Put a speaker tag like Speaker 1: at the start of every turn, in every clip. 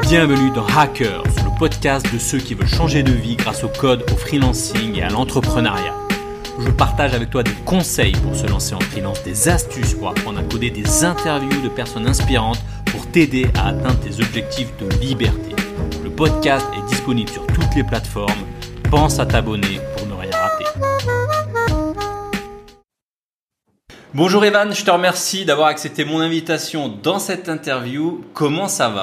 Speaker 1: Bienvenue dans Hackers, le podcast de ceux qui veulent changer de vie grâce au code, au freelancing et à l'entrepreneuriat. Je partage avec toi des conseils pour se lancer en freelance, des astuces pour apprendre à coder, des interviews de personnes inspirantes pour t'aider à atteindre tes objectifs de liberté. Le podcast est disponible sur toutes les plateformes. Pense à t'abonner pour ne rien rater. Bonjour Evan, je te remercie d'avoir accepté mon invitation dans cette interview. Comment ça va ?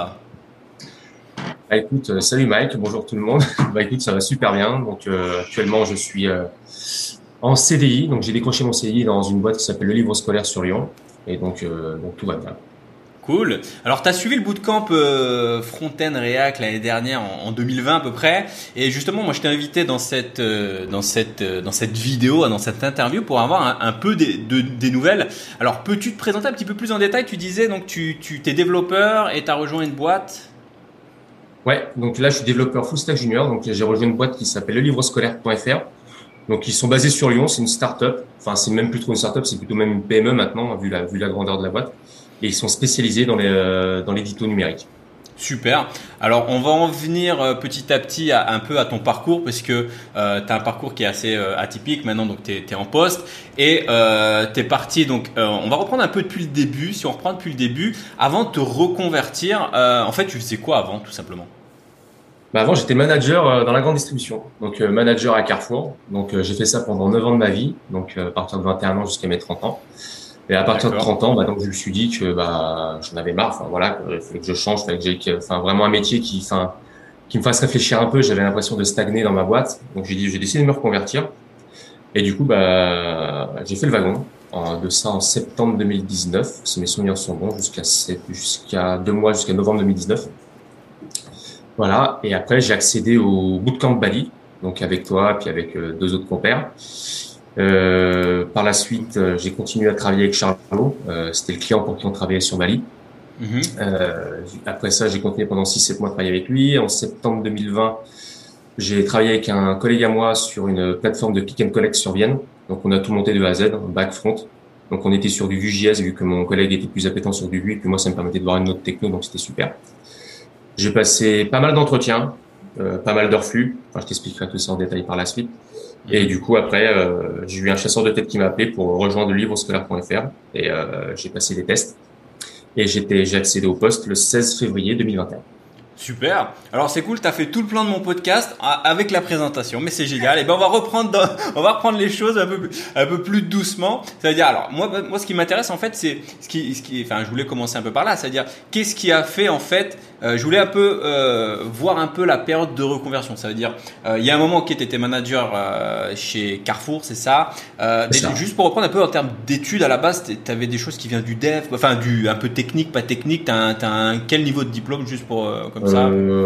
Speaker 2: Écoute, salut Mike, bonjour tout le monde. Écoute, ça va super bien. Donc actuellement, je suis en CDI. Donc j'ai décroché mon CDI dans une boîte qui s'appelle Le Livre Scolaire sur Lyon. Et donc tout va bien.
Speaker 1: Cool. Alors, tu as suivi le bootcamp Front-End React l'année dernière, en 2020 à peu près. Et justement, moi, je t'ai invité dans cette vidéo, dans cette interview pour avoir un peu des nouvelles. Alors, peux-tu te présenter un petit peu plus en détail ? Tu disais, donc, tu t'es développeur et tu as rejoint une boîte.
Speaker 2: Ouais, donc là, je suis développeur full stack junior. Donc, j'ai rejoint une boîte qui s'appelle lelivrescolaire.fr. Donc, ils sont basés sur Lyon. C'est une start-up. Enfin, c'est même plus trop une start-up, c'est plutôt même une PME maintenant, vu la grandeur de la boîte. Et ils sont spécialisés dans l'édito numérique.
Speaker 1: Super. Alors, on va en venir petit à petit un peu à ton parcours parce que tu as un parcours qui est assez atypique maintenant, donc tu es en poste et tu es parti. Donc, on va reprendre un peu depuis le début. Si on reprend depuis le début, avant de te reconvertir, en fait, tu faisais quoi avant, tout simplement ?
Speaker 2: Avant, j'étais manager dans la grande distribution, donc manager à Carrefour. Donc, j'ai fait ça pendant 9 ans de ma vie, donc à partir de 21 ans jusqu'à mes 30 ans. Et à partir de 30 ans, donc je me suis dit que j'en avais marre. Enfin voilà, il fallait que je change, il fallait que j'ai vraiment un métier qui me fasse réfléchir un peu. J'avais l'impression de stagner dans ma boîte, donc j'ai décidé de me reconvertir. Et du coup, j'ai fait le wagon de ça en septembre 2019, si mes souvenirs sont bons, jusqu'à 2 mois, jusqu'à novembre 2019. Voilà. Et après, j'ai accédé au Bootcamp Bali, donc avec toi, puis avec 2 autres compères. Par la suite, j'ai continué à travailler avec Charlot. C'était le client pour qui on travaillait sur Bali. Après ça, j'ai continué pendant 6-7 mois à travailler avec lui. En septembre 2020, j'ai travaillé avec un collègue à moi sur une plateforme de pick and collect sur Vienne. Donc, on a tout monté de A à Z, back, front. Donc, on était sur du Vue.js vu que mon collègue était plus appétent sur du Vue et puis moi, ça me permettait de voir une autre techno, donc c'était super. J'ai passé pas mal d'entretiens, pas mal d'heures flux. Enfin, je t'expliquerai tout ça en détail par la suite. Et du coup, après, j'ai eu un chasseur de tête qui m'a appelé pour rejoindre lelivrescolaire.fr et j'ai passé des tests et j'ai accédé au poste le 16 février 2021.
Speaker 1: Super. Alors c'est cool, tu as fait tout le plan de mon podcast avec la présentation, mais c'est génial. Et on va reprendre les choses un peu plus doucement. C'est-à-dire, alors moi ce qui m'intéresse en fait, c'est je voulais commencer un peu par là, c'est-à-dire qu'est-ce qui a fait en fait. Je voulais un peu voir un peu la période de reconversion. Ça veut dire, il y a un moment qui était manager chez Carrefour, c'est ça. Juste pour reprendre un peu en termes d'études à la base, tu avais des choses qui viennent du dev, enfin un peu technique, pas technique. T'as quel niveau de diplôme juste pour comme ça?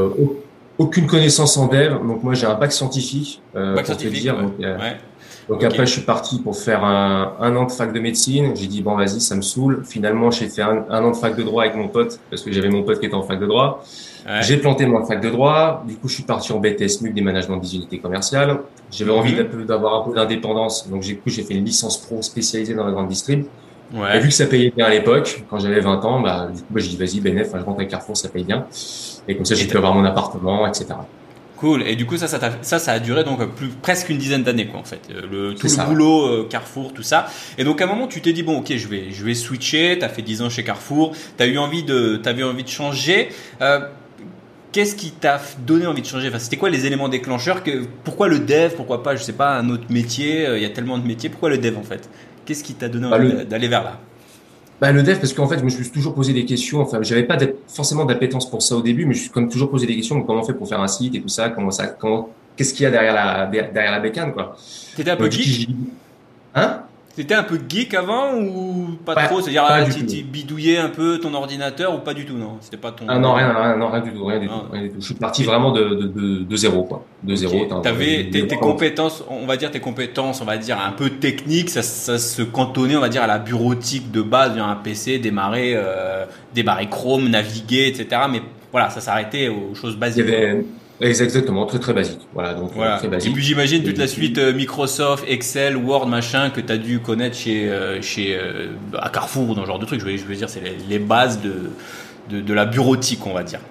Speaker 2: Aucune connaissance en dev. Donc moi j'ai un bac scientifique.
Speaker 1: Bac scientifique.
Speaker 2: Te dire,
Speaker 1: ouais.
Speaker 2: Donc okay. Après, je suis parti pour faire un an de fac de médecine. J'ai dit, bon, vas-y, ça me saoule. Finalement, j'ai fait un an de fac de droit avec mon pote, parce que j'avais mon pote qui était en fac de droit. Ouais. J'ai planté mon fac de droit. Du coup, je suis parti en BTS MUC des managements des unités commerciales. J'avais envie d'avoir un peu d'indépendance. Donc, j'ai fait une licence pro spécialisée dans la grande distrib. Ouais. Et vu que ça payait bien à l'époque, quand j'avais 20 ans, du coup, j'ai dit, vas-y, BNF, je rentre à Carrefour, ça paye bien. Et comme ça, j'ai pu avoir mon appartement, etc.
Speaker 1: Cool. Et du coup, ça a duré donc presque une dizaine d'années, quoi, en fait. Le boulot, Carrefour, tout ça. Et donc, à un moment, tu t'es dit, bon, ok, je vais switcher. T'as fait 10 ans chez Carrefour. T'avais envie de changer. Qu'est-ce qui t'a donné envie de changer ? Enfin, c'était quoi les éléments déclencheurs ? Pourquoi le dev ? Pourquoi pas, je sais pas, un autre métier ? Il y a tellement de métiers. Pourquoi le dev, en fait ? Qu'est-ce qui t'a donné envie d'aller vers là ?
Speaker 2: Le dev, parce qu'en fait, je me suis toujours posé des questions. Enfin, j'avais pas forcément d'appétence pour ça au début, mais je me suis comme toujours posé des questions. Comment on fait pour faire un site et tout ça? Qu'est-ce qu'il y a derrière la bécane, quoi?
Speaker 1: T'étais un peu geek? T'étais un peu geek avant ou pas trop? C'est-à-dire, tu bidouillais un peu ton ordinateur ou pas du tout, non? C'était pas ton.
Speaker 2: Ah non, rien du tout. Je suis parti vraiment de zéro, quoi. De zéro.
Speaker 1: T'avais tes compétences, on va dire un peu techniques, ça se cantonnait, on va dire, à la bureautique de base, un PC, démarrer Chrome, naviguer, etc. Mais voilà, ça s'arrêtait aux choses basiques.
Speaker 2: Exactement, très très basique. Voilà, donc très basique.
Speaker 1: Et puis j'imagine toute la suite Microsoft, Excel, Word, machin que tu as dû connaître à Carrefour ou dans ce genre de trucs. Je veux dire, c'est les bases de la bureautique, on va dire.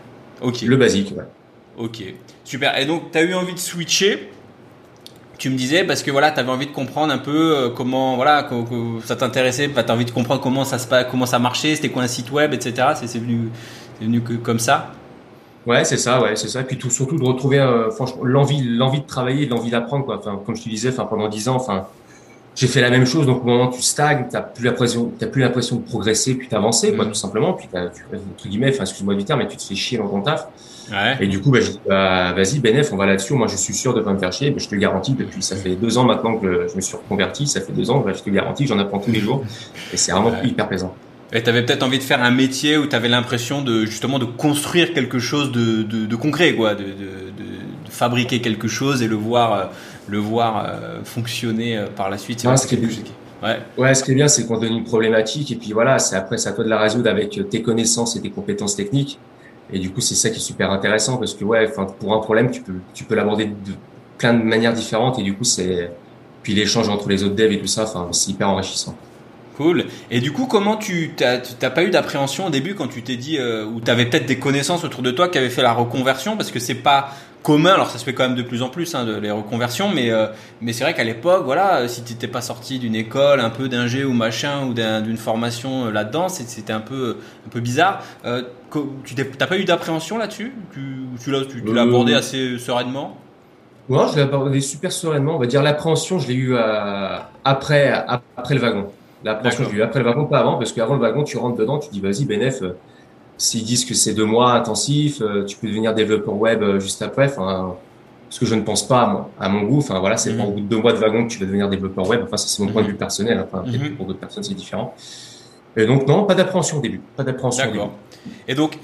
Speaker 1: Ok.
Speaker 2: Le basique, ouais.
Speaker 1: Ok, super. Et donc, tu as eu envie de switcher, tu me disais, parce que voilà, tu avais envie de comprendre un peu comment, voilà, ça t'intéressait, tu as envie de comprendre comment ça se passe, comment ça marchait, c'était quoi un site web, etc. C'est venu comme ça.
Speaker 2: Ouais, c'est ça, ouais, c'est ça. Et puis surtout de retrouver, franchement, l'envie de travailler, l'envie d'apprendre, quoi. Enfin, comme je te disais, enfin, pendant 10 ans, enfin, j'ai fait la même chose. Donc, au moment où tu stagnes, t'as plus l'impression de progresser, puis d'avancer, quoi, tout simplement. Puis entre guillemets, enfin, excuse-moi du terme, mais tu te fais chier dans ton taf.
Speaker 1: Ouais.
Speaker 2: Et du coup, je dis, vas-y, Benef, on va là-dessus. Moi, je suis sûr de pas me faire chier. Je te le garantis. Depuis, ça fait 2 ans maintenant que je me suis reconverti. Ça fait 2 ans. Je te garantis que j'en apprends tous les jours. Et c'est vraiment
Speaker 1: Ouais.
Speaker 2: hyper plaisant.
Speaker 1: Et tu avais peut-être envie de faire un métier où tu avais l'impression de justement de construire quelque chose de concret, quoi, de fabriquer quelque chose et le voir fonctionner par la suite. C'est vrai
Speaker 2: Non,
Speaker 1: que c'est quelque chose qui... Ouais.
Speaker 2: ouais, ce qui est bien, c'est qu'on donne une problématique. Et puis voilà, c'est à toi de la résoudre avec tes connaissances et tes compétences techniques. Et du coup, c'est ça qui est super intéressant parce que ouais, enfin, pour un problème, tu peux l'aborder de plein de manières différentes. Et du coup, puis l'échange entre les autres devs et tout ça, enfin, c'est hyper enrichissant.
Speaker 1: Cool. Et du coup, comment t'as pas eu d'appréhension au début quand tu t'es dit, ou t'avais peut-être des connaissances autour de toi qui avaient fait la reconversion, parce que c'est pas commun. Alors ça se fait quand même de plus en plus, hein, les reconversions, mais c'est vrai qu'à l'époque, voilà, si t'étais pas sorti d'une école, un peu d'ingé ou machin, ou d'une formation là-dedans, c'était un peu bizarre. T'as pas eu d'appréhension là-dessus? Tu l'as abordé
Speaker 2: Euh,
Speaker 1: assez sereinement?
Speaker 2: Ouais, je l'ai abordé super sereinement. On va dire l'appréhension, je l'ai eu après le wagon. L'appréhension, je
Speaker 1: D'accord.
Speaker 2: l'ai eu après le wagon, pas avant, parce qu'avant le wagon, tu rentres dedans, tu dis, vas-y, Benef, s'ils disent que c'est 2 mois intensifs, tu peux devenir développeur web juste après. Enfin, ce que je ne pense pas à mon goût. Enfin, voilà, c'est pas au
Speaker 1: Mhm.
Speaker 2: bout de 2 mois de wagon que tu vas devenir développeur web. Enfin, ça, c'est mon point de vue
Speaker 1: Mhm.
Speaker 2: personnel. Enfin, peut-être que
Speaker 1: Mhm.
Speaker 2: pour d'autres personnes, c'est différent. Et donc, non, pas d'appréhension au début. Pas d'appréhension au début.
Speaker 1: D'accord. Et donc,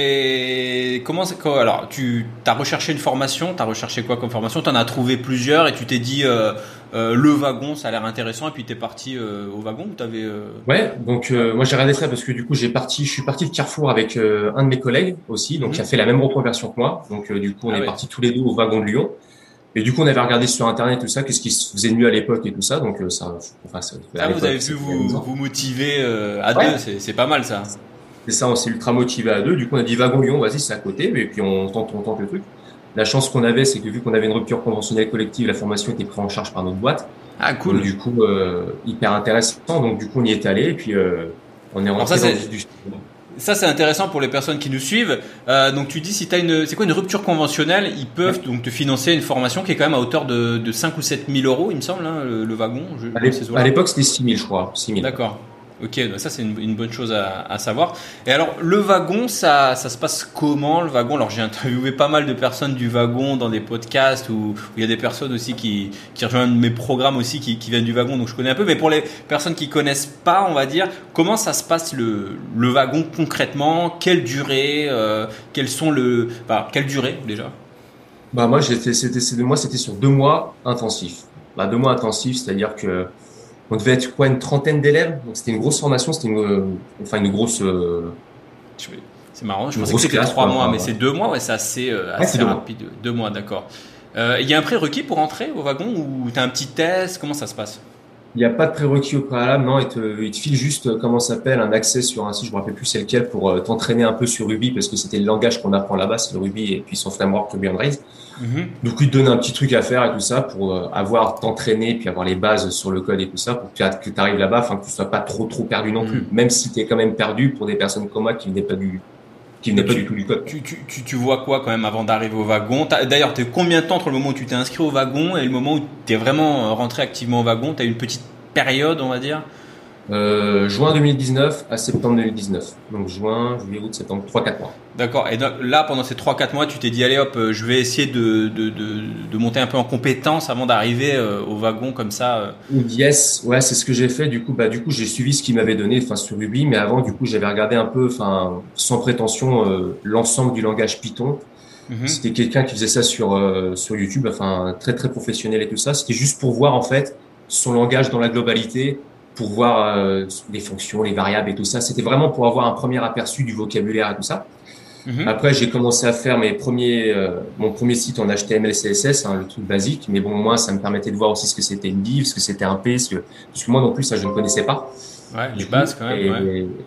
Speaker 1: alors, tu as recherché une formation, tu as recherché quoi comme formation? Tu en as trouvé plusieurs et tu t'es dit, le wagon, ça a l'air intéressant, et puis tu es parti au wagon ou t'avais,
Speaker 2: Ouais, donc
Speaker 1: ouais.
Speaker 2: moi j'ai regardé ça parce que du coup je suis parti de Carrefour avec un de mes collègues aussi, donc qui a
Speaker 1: Mhm.
Speaker 2: fait la même reconversion que moi. Donc du coup on
Speaker 1: Ah
Speaker 2: est
Speaker 1: ouais.
Speaker 2: partis tous les deux au wagon de Lyon. Et du coup on avait regardé sur internet tout ça, qu'est-ce qui se faisait de mieux à l'époque et tout ça. Donc à
Speaker 1: Ah, vous avez
Speaker 2: l'époque
Speaker 1: pu
Speaker 2: c'était il y a 10
Speaker 1: vous
Speaker 2: ans.
Speaker 1: motiver à deux,
Speaker 2: Ouais,
Speaker 1: c'est pas mal ça.
Speaker 2: c'est ça, on s'est ultra motivé à deux. Du coup on a dit wagon Lyon, vas-y c'est à côté, et puis on tente le truc. La chance qu'on avait, c'est que vu qu'on avait une rupture conventionnelle collective, la formation était prise en charge par notre boîte.
Speaker 1: Ah,
Speaker 2: Donc
Speaker 1: cool.
Speaker 2: du coup hyper intéressant. Donc du coup on y est allé et puis on est
Speaker 1: Alors ça,
Speaker 2: rentré dans le vif du sujet.
Speaker 1: ça c'est intéressant pour les personnes qui nous suivent. Donc tu dis si tu as c'est quoi une rupture conventionnelle, ils peuvent donc te financer une formation qui est quand même à hauteur de 5 ou 7 000 euros, il me semble, hein, le wagon, dans ces
Speaker 2: À
Speaker 1: eaux-là.
Speaker 2: l'époque, c'était 6 000, je crois. 6 000.
Speaker 1: D'accord. Ok, bah ça c'est une bonne chose à savoir. Et alors le wagon, ça se passe comment le wagon? Alors j'ai interviewé pas mal de personnes du wagon dans des podcasts où il y a des personnes aussi qui rejoignent mes programmes aussi qui viennent du wagon, donc je connais un peu. Mais pour les personnes qui connaissent pas, on va dire, comment ça se passe le wagon concrètement? Quelle durée? Quelle durée déjà?
Speaker 2: Bah, moi, c'était sur 2 mois intensifs. Bah, 2 mois intensifs, c'est-à-dire que on devait être quoi, une trentaine d'élèves. Donc, c'était une grosse formation, c'était enfin,
Speaker 1: Je- C'est marrant, je
Speaker 2: une
Speaker 1: pensais que
Speaker 2: grosse
Speaker 1: c'était
Speaker 2: classe,
Speaker 1: trois
Speaker 2: quoi.
Speaker 1: mois,
Speaker 2: Enfin,
Speaker 1: mais c'est
Speaker 2: voilà.
Speaker 1: 2 mois, ouais, c'est
Speaker 2: Ouais, c'est
Speaker 1: assez
Speaker 2: 2 mois.
Speaker 1: rapide. 2 mois, d'accord. Il y a un prérequis pour entrer au wagon ou t'as un petit test? Comment ça se passe?
Speaker 2: Il n'y a pas de prérequis au préalable, non, il te file juste, comment ça s'appelle, un accès sur un site, je me rappelle plus c'est lequel, pour t'entraîner un peu sur Ruby, parce que c'était le langage qu'on apprend là-bas, c'est le Ruby et puis son framework Ruby on Rails.
Speaker 1: Mhm.
Speaker 2: Donc, il te donne un petit truc à faire et tout ça pour t'entraîner, puis avoir les bases sur le code et tout ça, pour que tu arrives là-bas, enfin, que tu sois pas trop perdu non plus.
Speaker 1: Mhm.
Speaker 2: Même si tu es quand même perdu pour des personnes comme moi qui venaient
Speaker 1: Donc
Speaker 2: pas du tout du code.
Speaker 1: tu vois quoi quand même avant d'arriver au wagon? D'ailleurs, t'es combien de temps entre le moment où tu t'es inscrit au wagon et le moment où t'es vraiment rentré activement au wagon? T'as eu une petite période, on va dire?
Speaker 2: Juin 2019 à septembre 2019. Donc, juin, juillet, août, septembre, 3-4 mois.
Speaker 1: D'accord. Et donc, là, pendant ces 3 4 mois, tu t'es dit, allez hop, je vais essayer de monter un peu en compétence avant d'arriver au wagon comme ça.
Speaker 2: Yes, ouais, c'est ce que j'ai fait. Du coup, j'ai suivi ce qu'il m'avait donné, enfin, sur Ruby, mais avant, du coup, j'avais regardé un peu, enfin, sans prétention, l'ensemble du langage Python.
Speaker 1: Mhm.
Speaker 2: C'était quelqu'un qui faisait ça sur YouTube, enfin très très professionnel et tout ça. C'était juste pour voir en fait son langage dans la globalité, pour voir les fonctions, les variables et tout ça. C'était vraiment pour avoir un premier aperçu du vocabulaire et tout ça.
Speaker 1: Mhm.
Speaker 2: Après, j'ai commencé à faire mon premier site en HTML, CSS, hein, le truc basique. Mais bon, moi, ça me permettait de voir aussi ce que c'était une div, ce que c'était un P, parce que moi non plus, ça, je ne connaissais pas
Speaker 1: Ouais, les
Speaker 2: du coup.
Speaker 1: bases quand même, ouais.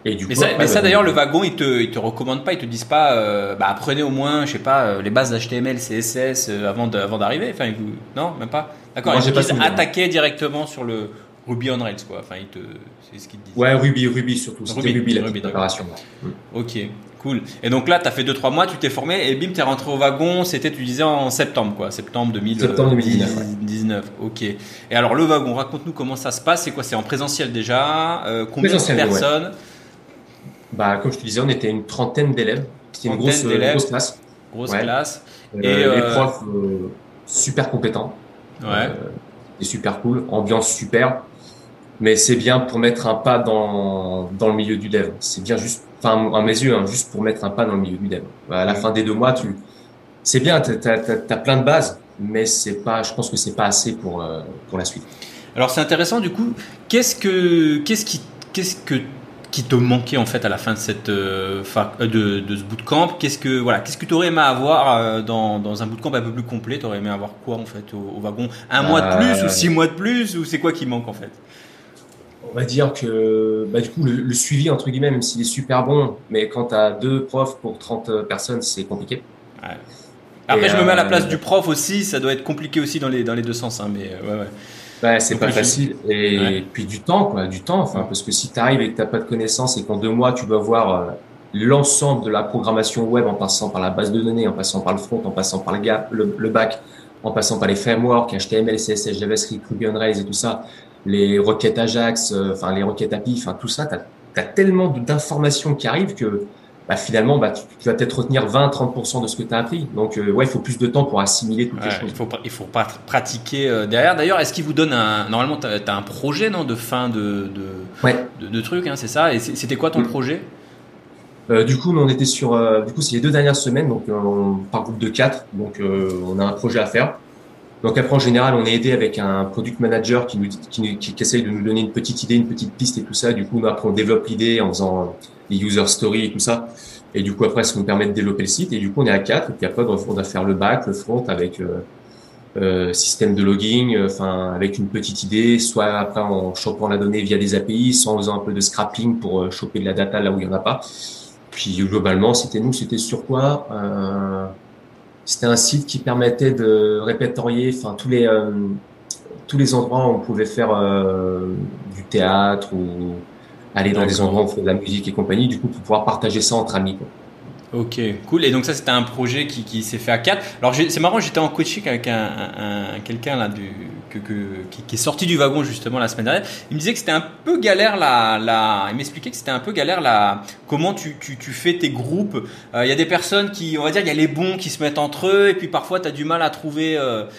Speaker 2: Et du coup,
Speaker 1: Mais ça d'ailleurs, le wagon, ils te recommandent pas, ils te disent pas, apprenez au moins, je sais pas, les bases d'HTML, CSS avant d'arriver. Enfin, non, même pas. D'accord,
Speaker 2: moi,
Speaker 1: ils te
Speaker 2: j'ai pas
Speaker 1: disent
Speaker 2: souvenir.
Speaker 1: attaquer directement sur le Ruby on Rails, quoi. Enfin, c'est ce qu'ils te disent.
Speaker 2: Ouais, Ruby surtout. C'était Ruby la petite
Speaker 1: D'accord.
Speaker 2: préparation.
Speaker 1: Ok, cool. Et donc là, tu as fait 2-3 mois, tu t'es formé et bim, tu es rentré au wagon. C'était, tu disais, en septembre, quoi. Septembre
Speaker 2: Septembre 2019. Ouais.
Speaker 1: 2019. Ok. Et alors, le wagon, raconte-nous comment ça se passe. C'est quoi? C'est en présentiel déjà? Combien de personnes?
Speaker 2: Ouais. Bah, comme je te disais, on était une trentaine d'élèves. C'était une grosse classe.
Speaker 1: Grosse classe.
Speaker 2: Et les profs super compétents.
Speaker 1: Ouais.
Speaker 2: C'est super cool. Ambiance super. Mais c'est bien pour mettre un pas dans le milieu du dev. C'est bien juste, enfin, à mes yeux, juste pour mettre un pas dans le milieu du dev. À la fin des 2 mois, c'est bien, t'as plein de bases, mais je pense que c'est pas assez pour la suite.
Speaker 1: Alors, c'est intéressant, du coup. Qu'est-ce qui te manquait en fait à la fin de cette de ce bootcamp? Qu'est-ce que tu aurais aimé avoir dans un bootcamp un peu plus complet? Tu aurais aimé avoir quoi en fait au wagon? Un mois de plus ou 6 mois de plus, ou c'est quoi qui manque en fait?
Speaker 2: On va dire que du coup le suivi entre guillemets, même s'il est super bon, mais quand tu as 2 profs pour 30 personnes, c'est compliqué.
Speaker 1: Ouais. Après, je me mets à la place du prof aussi, ça doit être compliqué aussi dans les deux sens, hein, mais ouais.
Speaker 2: Ouais, c'est pas facile. Et puis du temps, enfin, parce que si tu arrives et que t'as pas de connaissances et qu'en 2 mois tu dois voir l'ensemble de la programmation web, en passant par la base de données, en passant par le front, en passant par le back, en passant par les frameworks, HTML, CSS, JavaScript, Ruby on Rails et tout ça, les requêtes Ajax, enfin les requêtes API, enfin tout ça, t'as tellement d'informations qui arrivent que finalement, tu vas peut-être retenir 20-30% de ce que tu as appris. Donc, il faut plus de temps pour assimiler toutes les choses.
Speaker 1: Il faut pas pratiquer derrière. D'ailleurs, est-ce qu'il vous donne normalement, tu as un projet, non, de fin de trucs, hein, c'est ça? Et c'était quoi ton projet?
Speaker 2: Du coup, on était sur, c'est les 2 dernières semaines, donc par groupe de 4. Donc, on a un projet à faire. Donc après, en général, on est aidé avec un product manager qui essaye de nous donner une petite idée, une petite piste et tout ça. Du coup, nous, après, on développe l'idée en faisant les user stories et tout ça. Et du coup, après, ça nous permet de développer le site. Et du coup, on est à 4. Et puis après, on doit faire le back, le front avec système de logging, avec une petite idée, soit après en chopant la donnée via des API, soit en faisant un peu de scrapping pour choper de la data là où il y en a pas. Puis globalement, c'était sur quoi? C'était un site qui permettait de répertorier, tous les endroits où on pouvait faire du théâtre ou aller dans des endroits où on fait de la musique et compagnie, du coup pour pouvoir partager ça entre amis, quoi.
Speaker 1: Ok, cool. Et donc ça, c'était un projet qui s'est fait à 4. Alors c'est marrant, j'étais en coaching avec quelqu'un là qui est sorti du wagon justement la semaine dernière. Il me disait que c'était un peu galère il m'expliquait que c'était un peu galère comment tu fais tes groupes. Il y a des personnes on va dire, il y a les bons qui se mettent entre eux, et puis parfois tu as du mal à trouver,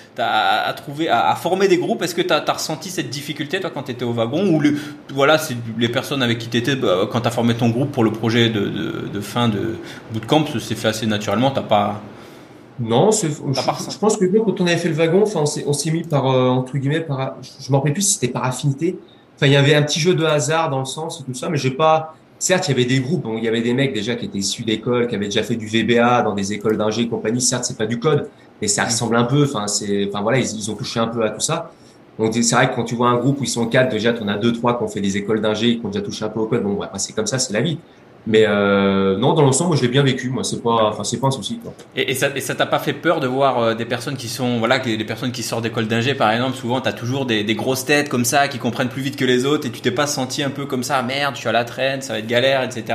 Speaker 1: à former des groupes. Est-ce que tu as ressenti cette difficulté toi quand tu étais au wagon, ou c'est les personnes avec qui tu étais quand tu as formé ton groupe pour le projet de fin de bootcamp, c'est fait assez naturellement, t'as pas...
Speaker 2: Non, je pense que quand on avait fait le wagon, on s'est mis par, entre guillemets, je m'en rappelle plus si c'était par affinité. Enfin, il y avait un petit jeu de hasard dans le sens et tout ça, mais certes, il y avait des groupes, il y avait des mecs déjà qui étaient issus d'écoles, qui avaient déjà fait du VBA dans des écoles d'ingé et compagnie. Certes, c'est pas du code, mais ça ressemble un peu, ils ont touché un peu à tout ça. Donc, c'est vrai que quand tu vois un groupe où ils sont 4, déjà, tu en as 2-3 qui ont fait des écoles d'ingé, qui ont déjà touché un peu au code. Bon, c'est comme ça, c'est la vie. Mais non, dans l'ensemble, moi, je l'ai bien vécu. Moi, c'est pas un souci, quoi.
Speaker 1: Et ça t'a pas fait peur de voir des personnes qui sont, des personnes qui sortent d'école d'ingé, par exemple? Souvent, t'as toujours des grosses têtes comme ça qui comprennent plus vite que les autres, et tu t'es pas senti un peu comme ça, merde, je suis à la traîne, ça va être galère, etc.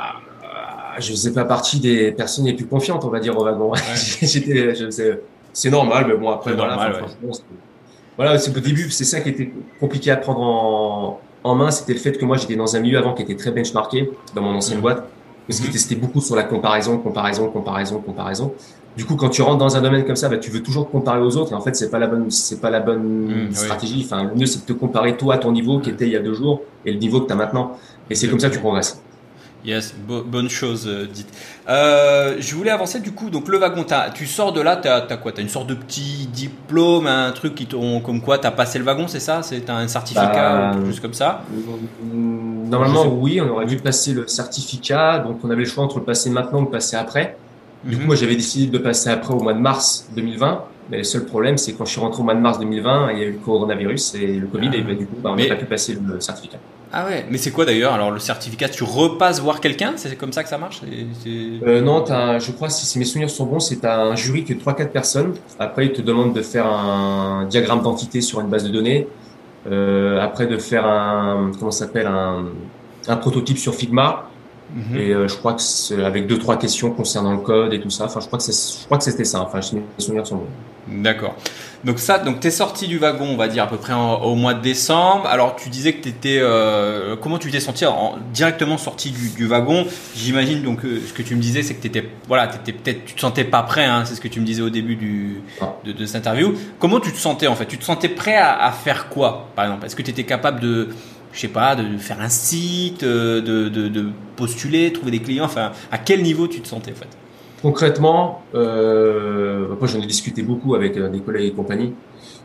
Speaker 2: Je faisais pas partie des personnes les plus confiantes, on va dire, au wagon. Ouais. C'est normal, mais bon, après, franchement, c'est au début, c'est ça qui était compliqué à prendre en main, c'était le fait que moi j'étais dans un milieu avant qui était très benchmarké dans mon ancienne boîte, parce que c'était beaucoup sur la comparaison. Du coup, quand tu rentres dans un domaine comme ça, tu veux toujours te comparer aux autres, et en fait c'est pas la bonne stratégie. Enfin, le mieux c'est de te comparer toi à ton niveau qui était il y a 2 jours et le niveau que tu as maintenant, et c'est comme ça que tu progresses.
Speaker 1: Yes, bonne chose dite. Je voulais avancer du coup. Donc le wagon, tu sors de là, t'as quoi? T'as une sorte de petit diplôme, un truc comme quoi t'as passé le wagon, c'est ça? C'est un certificat ou quelque chose comme ça?
Speaker 2: Normalement, oui, on aurait dû passer le certificat. Donc on avait le choix entre le passer maintenant ou le passer après. Du coup, moi j'avais décidé de le passer après au mois de mars 2020. Mais le seul problème, c'est quand je suis rentré au mois de mars 2020, il y a eu le coronavirus et le Covid, et du coup, on n'a pas pu passer le certificat.
Speaker 1: Ah ouais, mais c'est quoi d'ailleurs? Alors le certificat, tu repasses voir quelqu'un? C'est comme ça que ça marche?
Speaker 2: Non, je crois, si mes souvenirs sont bons, c'est un jury de 3-4 personnes. Après, ils te demandent de faire un diagramme d'entité sur une base de données. Après, de faire comment ça s'appelle, un prototype sur Figma. Et je crois que c'est avec 2-3 questions concernant le code et tout ça. Enfin, je crois que c'était ça. Enfin, si mes souvenirs sont bons.
Speaker 1: D'accord. Donc t'es sorti du wagon, on va dire à peu près au mois de décembre. Alors tu disais que t'étais, comment tu t'es senti directement sorti du wagon? J'imagine donc ce que tu me disais, c'est que t'étais peut-être, tu te sentais pas prêt. Hein, c'est ce que tu me disais au début de cette interview. Comment tu te sentais en fait? Tu te sentais prêt à faire quoi, par exemple? Est-ce que tu étais capable de, je sais pas, de faire un site, de postuler, trouver des clients? Enfin, à quel niveau tu te sentais en fait?
Speaker 2: Concrètement, après j'en ai discuté beaucoup avec des collègues et compagnie.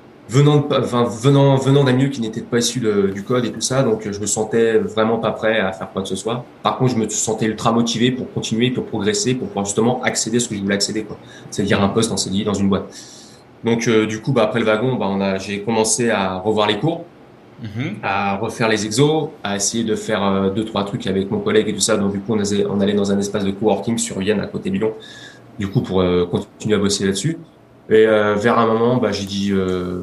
Speaker 2: Venant d'un milieu qui n'était pas issu du code et tout ça, donc je me sentais vraiment pas prêt à faire quoi que ce soit. Par contre, je me sentais ultra motivé pour continuer, pour progresser, pour pouvoir justement accéder à ce que je voulais accéder, quoi. C'est-à-dire un poste en CDI dans une boîte. Donc du coup, après le wagon, j'ai commencé à revoir les cours, à refaire les exos, à essayer de faire 2-3 trucs avec mon collègue et tout ça. Donc du coup, on allait dans un espace de coworking sur Vienne, à côté de Lyon, du coup pour continuer à bosser là-dessus. Et vers un moment, j'ai dit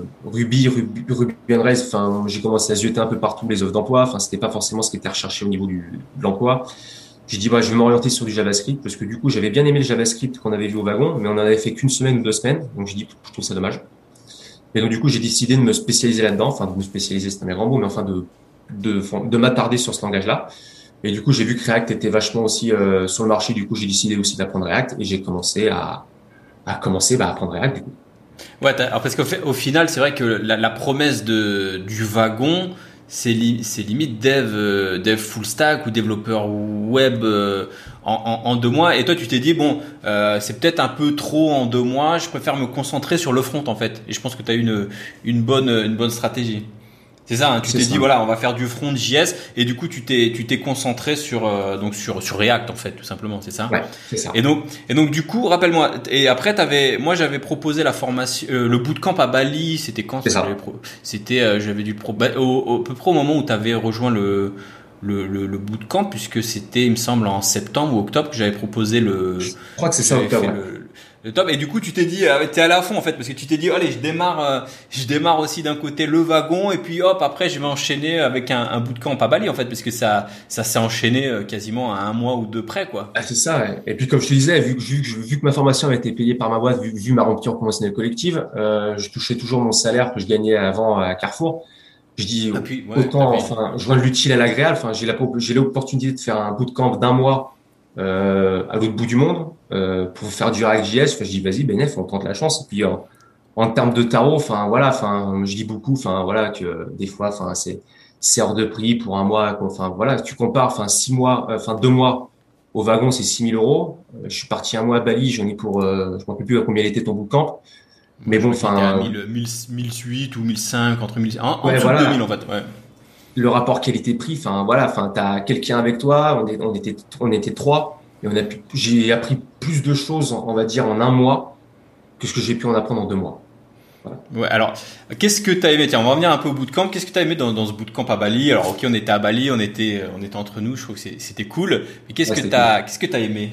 Speaker 2: Ruby on Rails. Enfin, j'ai commencé à zioter un peu partout les offres d'emploi. Enfin, c'était pas forcément ce qui était recherché au niveau de l'emploi. J'ai dit je vais m'orienter sur du JavaScript parce que du coup, j'avais bien aimé le JavaScript qu'on avait vu au wagon, mais on en avait fait qu'une semaine ou 2 semaines. Donc j'ai dit je trouve ça dommage. Et donc du coup, j'ai décidé de me spécialiser là-dedans. Enfin, de me spécialiser, c'est un grand mot, mais enfin de m'attarder sur ce langage-là. Et du coup, j'ai vu que React était vachement aussi sur le marché. Du coup, j'ai décidé aussi d'apprendre React et j'ai commencé à apprendre React du coup.
Speaker 1: Ouais, alors parce qu'au final, c'est vrai que la promesse du wagon, c'est limite dev full stack ou développeur web en 2 mois. Et toi, tu t'es dit, bon, c'est peut-être un peu trop en 2 mois, je préfère me concentrer sur le front en fait. Et je pense que tu as une bonne stratégie. C'est ça, hein, tu t'es dit voilà, on va faire du front de JS et du coup tu t'es concentré sur sur React en fait tout simplement, c'est ça.
Speaker 2: Ouais, c'est ça.
Speaker 1: Et donc du coup, rappelle-moi, et après moi j'avais proposé la formation le bootcamp à Bali, c'était quand?
Speaker 2: C'est ça.
Speaker 1: J'avais dû au peu près au moment où tu avais rejoint le bootcamp, puisque c'était, il me semble, en septembre ou octobre que j'avais proposé
Speaker 2: Je crois que c'est ça, octobre.
Speaker 1: le top. Et du coup, tu t'es dit, t'es allé à fond en fait, parce que tu t'es dit, allez, je démarre aussi d'un côté le wagon, et puis hop, après, je vais enchaîner avec un bootcamp à Bali en fait, parce que ça s'est enchaîné quasiment à 1 mois ou 2 près, quoi.
Speaker 2: Ah, c'est ça. Ouais. Et puis, comme je te disais, vu que ma formation avait été payée par ma boîte, vu ma rupture conventionnelle collective, je touchais toujours mon salaire que je gagnais avant à Carrefour. Je dis autant, enfin, je vois l'utile à l'agréable. Enfin, j'ai l'opportunité de faire un bootcamp d'1 mois à l'autre bout du monde pour faire du React.js. Enfin, je dis vas-y, Benef, on tente la chance. Et puis en termes de tarot, enfin voilà, enfin, je dis beaucoup, enfin voilà que des fois, enfin c'est hors de prix pour 1 mois. Enfin voilà, tu compares, enfin 6 mois, enfin 2 mois au wagon, c'est 6 000 euros. Je suis parti 1 mois à Bali, j'en ai pour, je ne me rappelle plus à combien il était ton bootcamp. Mais bon, enfin,
Speaker 1: 1008 ou 1005, entre 1000, en
Speaker 2: ouais,
Speaker 1: dessous de
Speaker 2: voilà.
Speaker 1: 2000 en fait. Ouais.
Speaker 2: Le rapport qualité-prix, enfin voilà, enfin t'as quelqu'un avec toi, on était trois et j'ai appris plus de choses, on va dire en 1 mois que ce que j'ai pu en apprendre en 2 mois. Voilà.
Speaker 1: Ouais, alors, qu'est-ce que t'as aimé? Tiens, on va revenir un peu au bootcamp. Qu'est-ce que t'as aimé dans ce bootcamp à Bali? Alors, ok, on était à Bali, on était entre nous. Je trouve que c'était cool. Mais qu'est-ce que qu'est-ce que t'as aimé?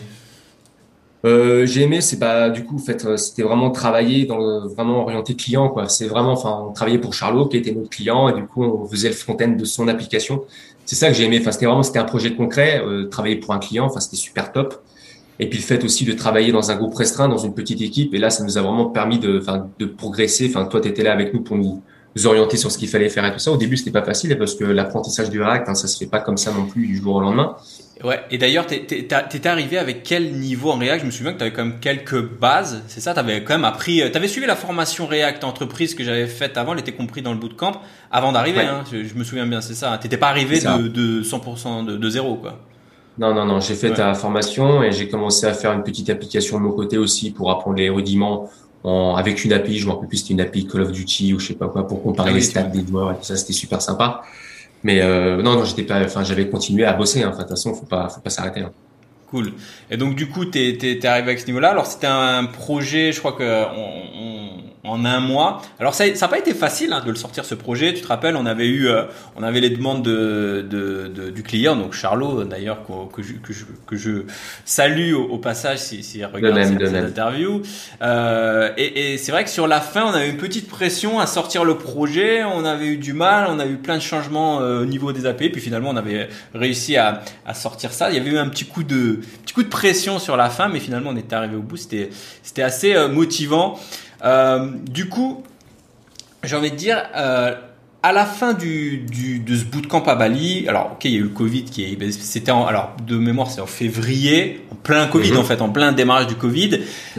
Speaker 2: J'ai aimé, c'est pas du coup, en fait, c'était vraiment travailler vraiment orienté client, quoi. C'est vraiment, enfin, on travaillait pour Charlot, qui était notre client, et du coup, on faisait le front-end de son application. C'est ça que j'ai aimé. Enfin, c'était un projet concret, travailler pour un client. Enfin, c'était super top. Et puis le fait aussi de travailler dans un groupe restreint, dans une petite équipe. Et là, ça nous a vraiment permis de progresser. Enfin, toi, tu étais là avec nous pour nous orienter sur ce qu'il fallait faire et tout ça. Au début, c'était pas facile parce que l'apprentissage du React, ça se fait pas comme ça non plus du jour au lendemain.
Speaker 1: Ouais, et d'ailleurs, t'étais arrivé avec quel niveau en React? Je me souviens que t'avais quand même quelques bases, c'est ça? T'avais quand même appris, t'avais suivi la formation React entreprise que j'avais faite avant, elle était compris dans le bootcamp, avant d'arriver,
Speaker 2: Ouais.
Speaker 1: hein. Je me souviens bien, c'est ça. T'étais pas arrivé de 100% de zéro, quoi.
Speaker 2: Non, non, non. J'ai fait
Speaker 1: Ouais.
Speaker 2: ta formation et j'ai commencé à faire une petite application de mon côté aussi pour apprendre les rudiments avec une API. Je me rappelle plus, c'était une API Call of Duty ou je sais pas quoi pour comparer les stats des joueurs et tout ça. C'était super sympa. Mais non, non, j'étais pas. Enfin, j'avais continué à bosser. Hein. Enfin, de toute façon, faut pas s'arrêter. Hein.
Speaker 1: Cool. Et donc du coup, t'es arrivé avec ce niveau-là. Alors c'était un projet, je crois que en un mois. Alors ça n'a pas été facile de le sortir ce projet. Tu te rappelles, on avait les demandes du client, donc Charlot d'ailleurs que je salue au passage s'il regarde cette interview. Et c'est vrai que sur la fin, on avait une petite pression à sortir le projet. On avait eu du mal, on a eu plein de changements au niveau des API. Puis finalement, on avait réussi à sortir ça. Il y avait eu un petit coup de pression sur la fin, mais finalement, on était arrivé au bout. C'était assez motivant. Du coup, j'ai envie de dire, à la fin de ce bootcamp à Bali, alors ok, il y a eu le Covid c'était alors de mémoire c'est en février, en plein Covid en fait, en plein démarrage du Covid.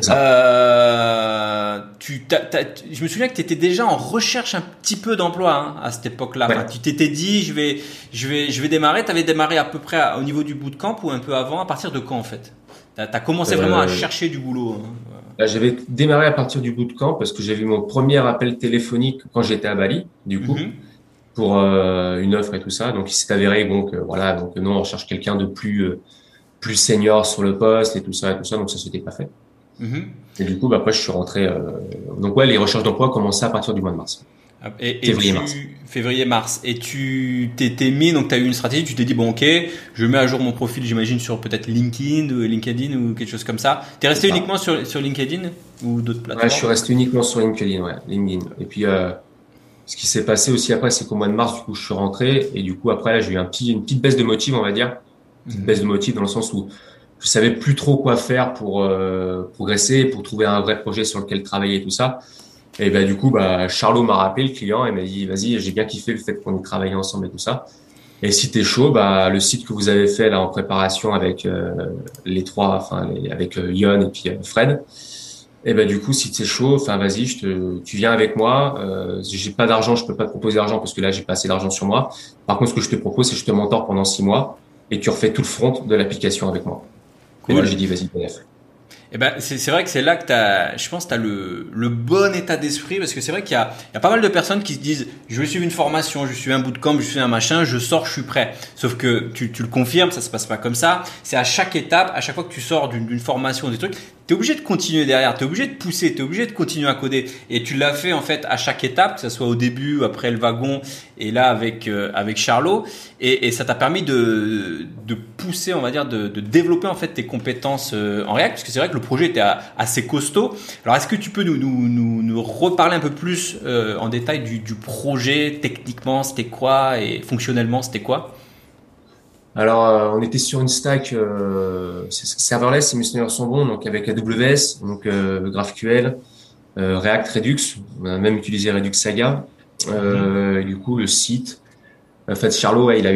Speaker 1: Je me souviens que tu étais déjà en recherche un petit peu d'emploi à cette époque-là. Enfin, tu t'étais dit je vais démarrer. Tu avais démarré à peu près au niveau du bootcamp ou un peu avant. À partir de quand en fait? T'as commencé vraiment à chercher du boulot.
Speaker 2: J'avais démarré à partir du bootcamp parce que j'ai eu mon premier appel téléphonique quand j'étais à Bali, du coup, pour une offre et tout ça. Donc, il s'est avéré donc non, on recherche quelqu'un de plus senior sur le poste et tout ça. Donc, ça s'était pas fait. Et du coup, après, je suis rentré. Donc, les recherches d'emploi commençaient à partir du mois de mars.
Speaker 1: Février-mars. Et tu t'étais mis, donc tu as eu une stratégie, tu t'es dit, bon, ok, je mets à jour mon profil, j'imagine, sur peut-être LinkedIn ou quelque chose comme ça. Tu es resté uniquement sur LinkedIn ou d'autres plateformes?
Speaker 2: Je suis resté uniquement sur LinkedIn, LinkedIn. Et puis, ce qui s'est passé aussi après, c'est qu'au mois de mars, du coup, je suis rentré. Et du coup, après, là, j'ai eu une petite baisse de motive, on va dire. Une petite baisse de motive dans le sens où je savais plus trop quoi faire pour progresser, pour trouver un vrai projet sur lequel travailler et tout ça. Et du coup, Charlot m'a rappelé, le client, et m'a dit, vas-y, j'ai bien kiffé le fait qu'on ait travaillé ensemble et tout ça. Et si t'es chaud, le site que vous avez fait là en préparation avec les trois, avec Yon et puis Fred. Et du coup, si t'es chaud, vas-y, tu viens avec moi. J'ai pas d'argent, je peux pas te proposer d'argent parce que là, j'ai pas assez d'argent sur moi. Par contre, ce que je te propose, c'est que je te mentore pendant 6 mois et tu refais tout le front de l'application avec moi. Cool. Et là, j'ai dit, vas-y, bref.
Speaker 1: C'est vrai que c'est là que je pense que t'as le bon état d'esprit, parce que c'est vrai qu'il y a pas mal de personnes qui se disent je vais suivre une formation, je suis un bootcamp, je suis un machin, je sors, je suis prêt. Sauf que tu le confirmes, ça se passe pas comme ça. C'est à chaque étape, à chaque fois que tu sors d'une formation, des trucs, t'es obligé de continuer derrière, t'es obligé de pousser, t'es obligé de continuer à coder. Et tu l'as fait en fait à chaque étape, que ce soit au début, après le wagon, et là avec Charlot. Et ça t'a permis de pousser, on va dire, de développer en fait tes compétences en React, parce que c'est vrai que le projet était assez costaud. Alors est-ce que tu peux nous reparler un peu plus en détail du projet, techniquement c'était quoi et fonctionnellement c'était quoi?
Speaker 2: Alors, on était sur une stack serverless, si mes souvenirs sont bons, donc avec AWS, donc GraphQL, React, Redux. On a même utilisé Redux Saga. Et du coup, le site. En fait, Charlot, il a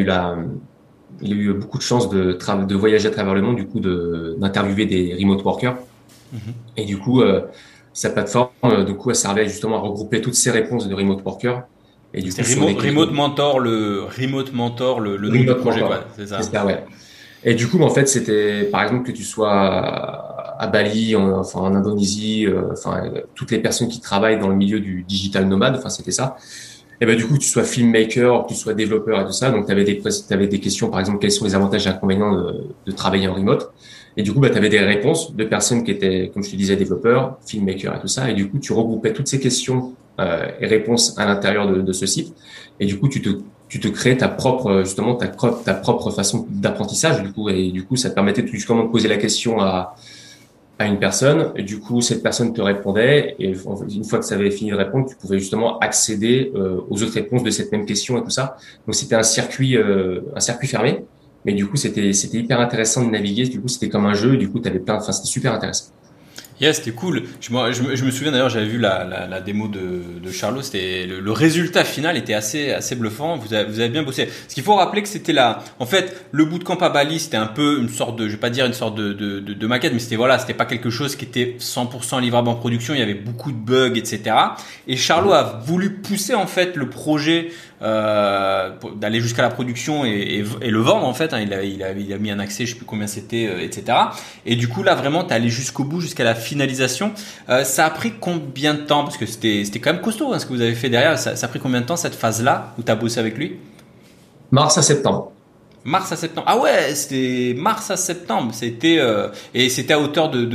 Speaker 2: eu beaucoup de chance de voyager à travers le monde, du coup, d'interviewer des remote workers. Et du coup, sa plateforme, du coup, elle servait justement à regrouper toutes ces réponses de remote workers. Et du coup,
Speaker 1: Remote Mentor, le nom du projet, quoi. C'est ça.
Speaker 2: C'est ça, ouais. Et du coup, en fait, c'était, par exemple, que tu sois à Bali, en Indonésie, toutes les personnes qui travaillent dans le milieu du digital nomade, c'était ça. Et du coup, que tu sois filmmaker, que tu sois développeur et tout ça, donc t'avais des questions, par exemple, quels sont les avantages et inconvénients de travailler en remote. Et du coup, t'avais des réponses de personnes qui étaient, comme je te disais, développeurs, filmmakers et tout ça. Et du coup, tu regroupais toutes ces questions et réponses à l'intérieur de ce site. Et du coup, tu te crées ta propre façon d'apprentissage. Et du coup, ça te permettait justement de poser la question à une personne. Et du coup, cette personne te répondait. Et une fois que ça avait fini de répondre, tu pouvais justement accéder aux autres réponses de cette même question et tout ça. Donc, c'était un circuit fermé. Mais du coup, c'était hyper intéressant de naviguer. Du coup, c'était comme un jeu. Du coup, c'était super intéressant.
Speaker 1: Yeah, c'était cool. Je me souviens d'ailleurs, j'avais vu la démo de Charlot. C'était le résultat final était assez bluffant. Vous avez bien bossé. Ce qu'il faut rappeler que c'était en fait, le bootcamp à Bali, c'était un peu une sorte je vais pas dire une sorte de maquette, mais c'était pas quelque chose qui était 100% livrable en production. Il y avait beaucoup de bugs, etc. Et Charlot a voulu pousser en fait le projet d'aller jusqu'à la production et le vendre en fait. Il a mis un accès, je sais plus combien c'était, etc. Et du coup là vraiment, t'es allé jusqu'au bout, jusqu'à la finalisation. Ça a pris combien de temps? Parce que c'était quand même costaud ce que vous avez fait derrière. Ça a pris combien de temps cette phase-là où tu as bossé avec lui?
Speaker 2: Mars à septembre.
Speaker 1: Mars à septembre. Ah ouais, c'était mars à septembre. Et c'était à hauteur de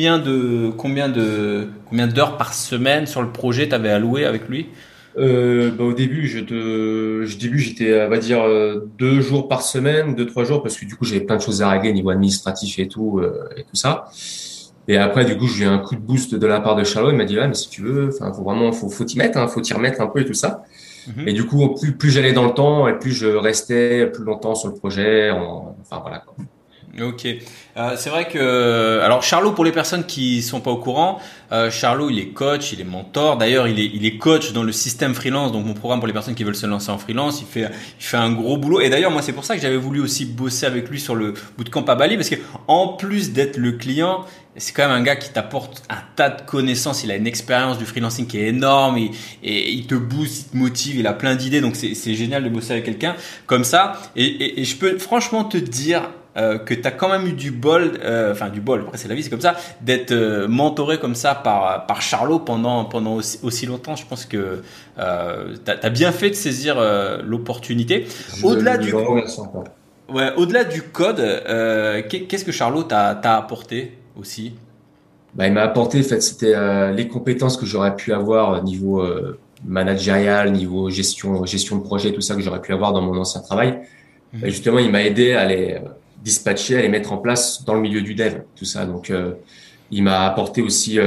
Speaker 1: combien d'heures par semaine sur le projet t'avais alloué avec lui?
Speaker 2: Au début, j'étais, on va dire, 2 jours par semaine, 2, 3 jours, parce que du coup, j'avais plein de choses à régler niveau administratif et tout ça. Et après, du coup, j'ai eu un coup de boost de la part de Charlot. Il m'a dit, mais si tu veux, enfin, faut t'y mettre, hein, faut t'y remettre un peu et tout ça. Et
Speaker 1: Mhm.
Speaker 2: du coup, plus j'allais dans le temps et plus je restais plus longtemps sur le projet. Enfin, voilà, quoi.
Speaker 1: Ok. C'est vrai que alors Charlot, pour les personnes qui sont pas au courant, Charlot il est coach, il est mentor. D'ailleurs il est coach dans le système freelance, donc mon programme pour les personnes qui veulent se lancer en freelance. Il fait un gros boulot. Et d'ailleurs moi c'est pour ça que j'avais voulu aussi bosser avec lui sur le bootcamp à Bali, parce que en plus d'être le client, c'est quand même un gars qui t'apporte un tas de connaissances. Il a une expérience du freelancing qui est énorme, et il te booste, il te motive, il a plein d'idées. Donc c'est génial de bosser avec quelqu'un comme ça. Et je peux franchement te dire que tu as quand même eu du bol, enfin du bol, après c'est la vie, c'est comme ça, d'être mentoré comme ça par Charlot pendant aussi longtemps. Je pense que tu as bien fait de saisir l'opportunité. Au-delà
Speaker 2: Je
Speaker 1: du,
Speaker 2: le remercie encore.
Speaker 1: ouais, au-delà du code, qu'est-ce que Charlot t'a apporté aussi?
Speaker 2: Bah, il m'a apporté, en fait, c'était les compétences que j'aurais pu avoir niveau managérial, niveau gestion de projet, tout ça que j'aurais pu avoir dans mon ancien travail. Et
Speaker 1: Mhm.
Speaker 2: justement, il m'a aidé à les dispatcher, à les mettre en place dans le milieu du dev, tout ça. Donc, il m'a apporté aussi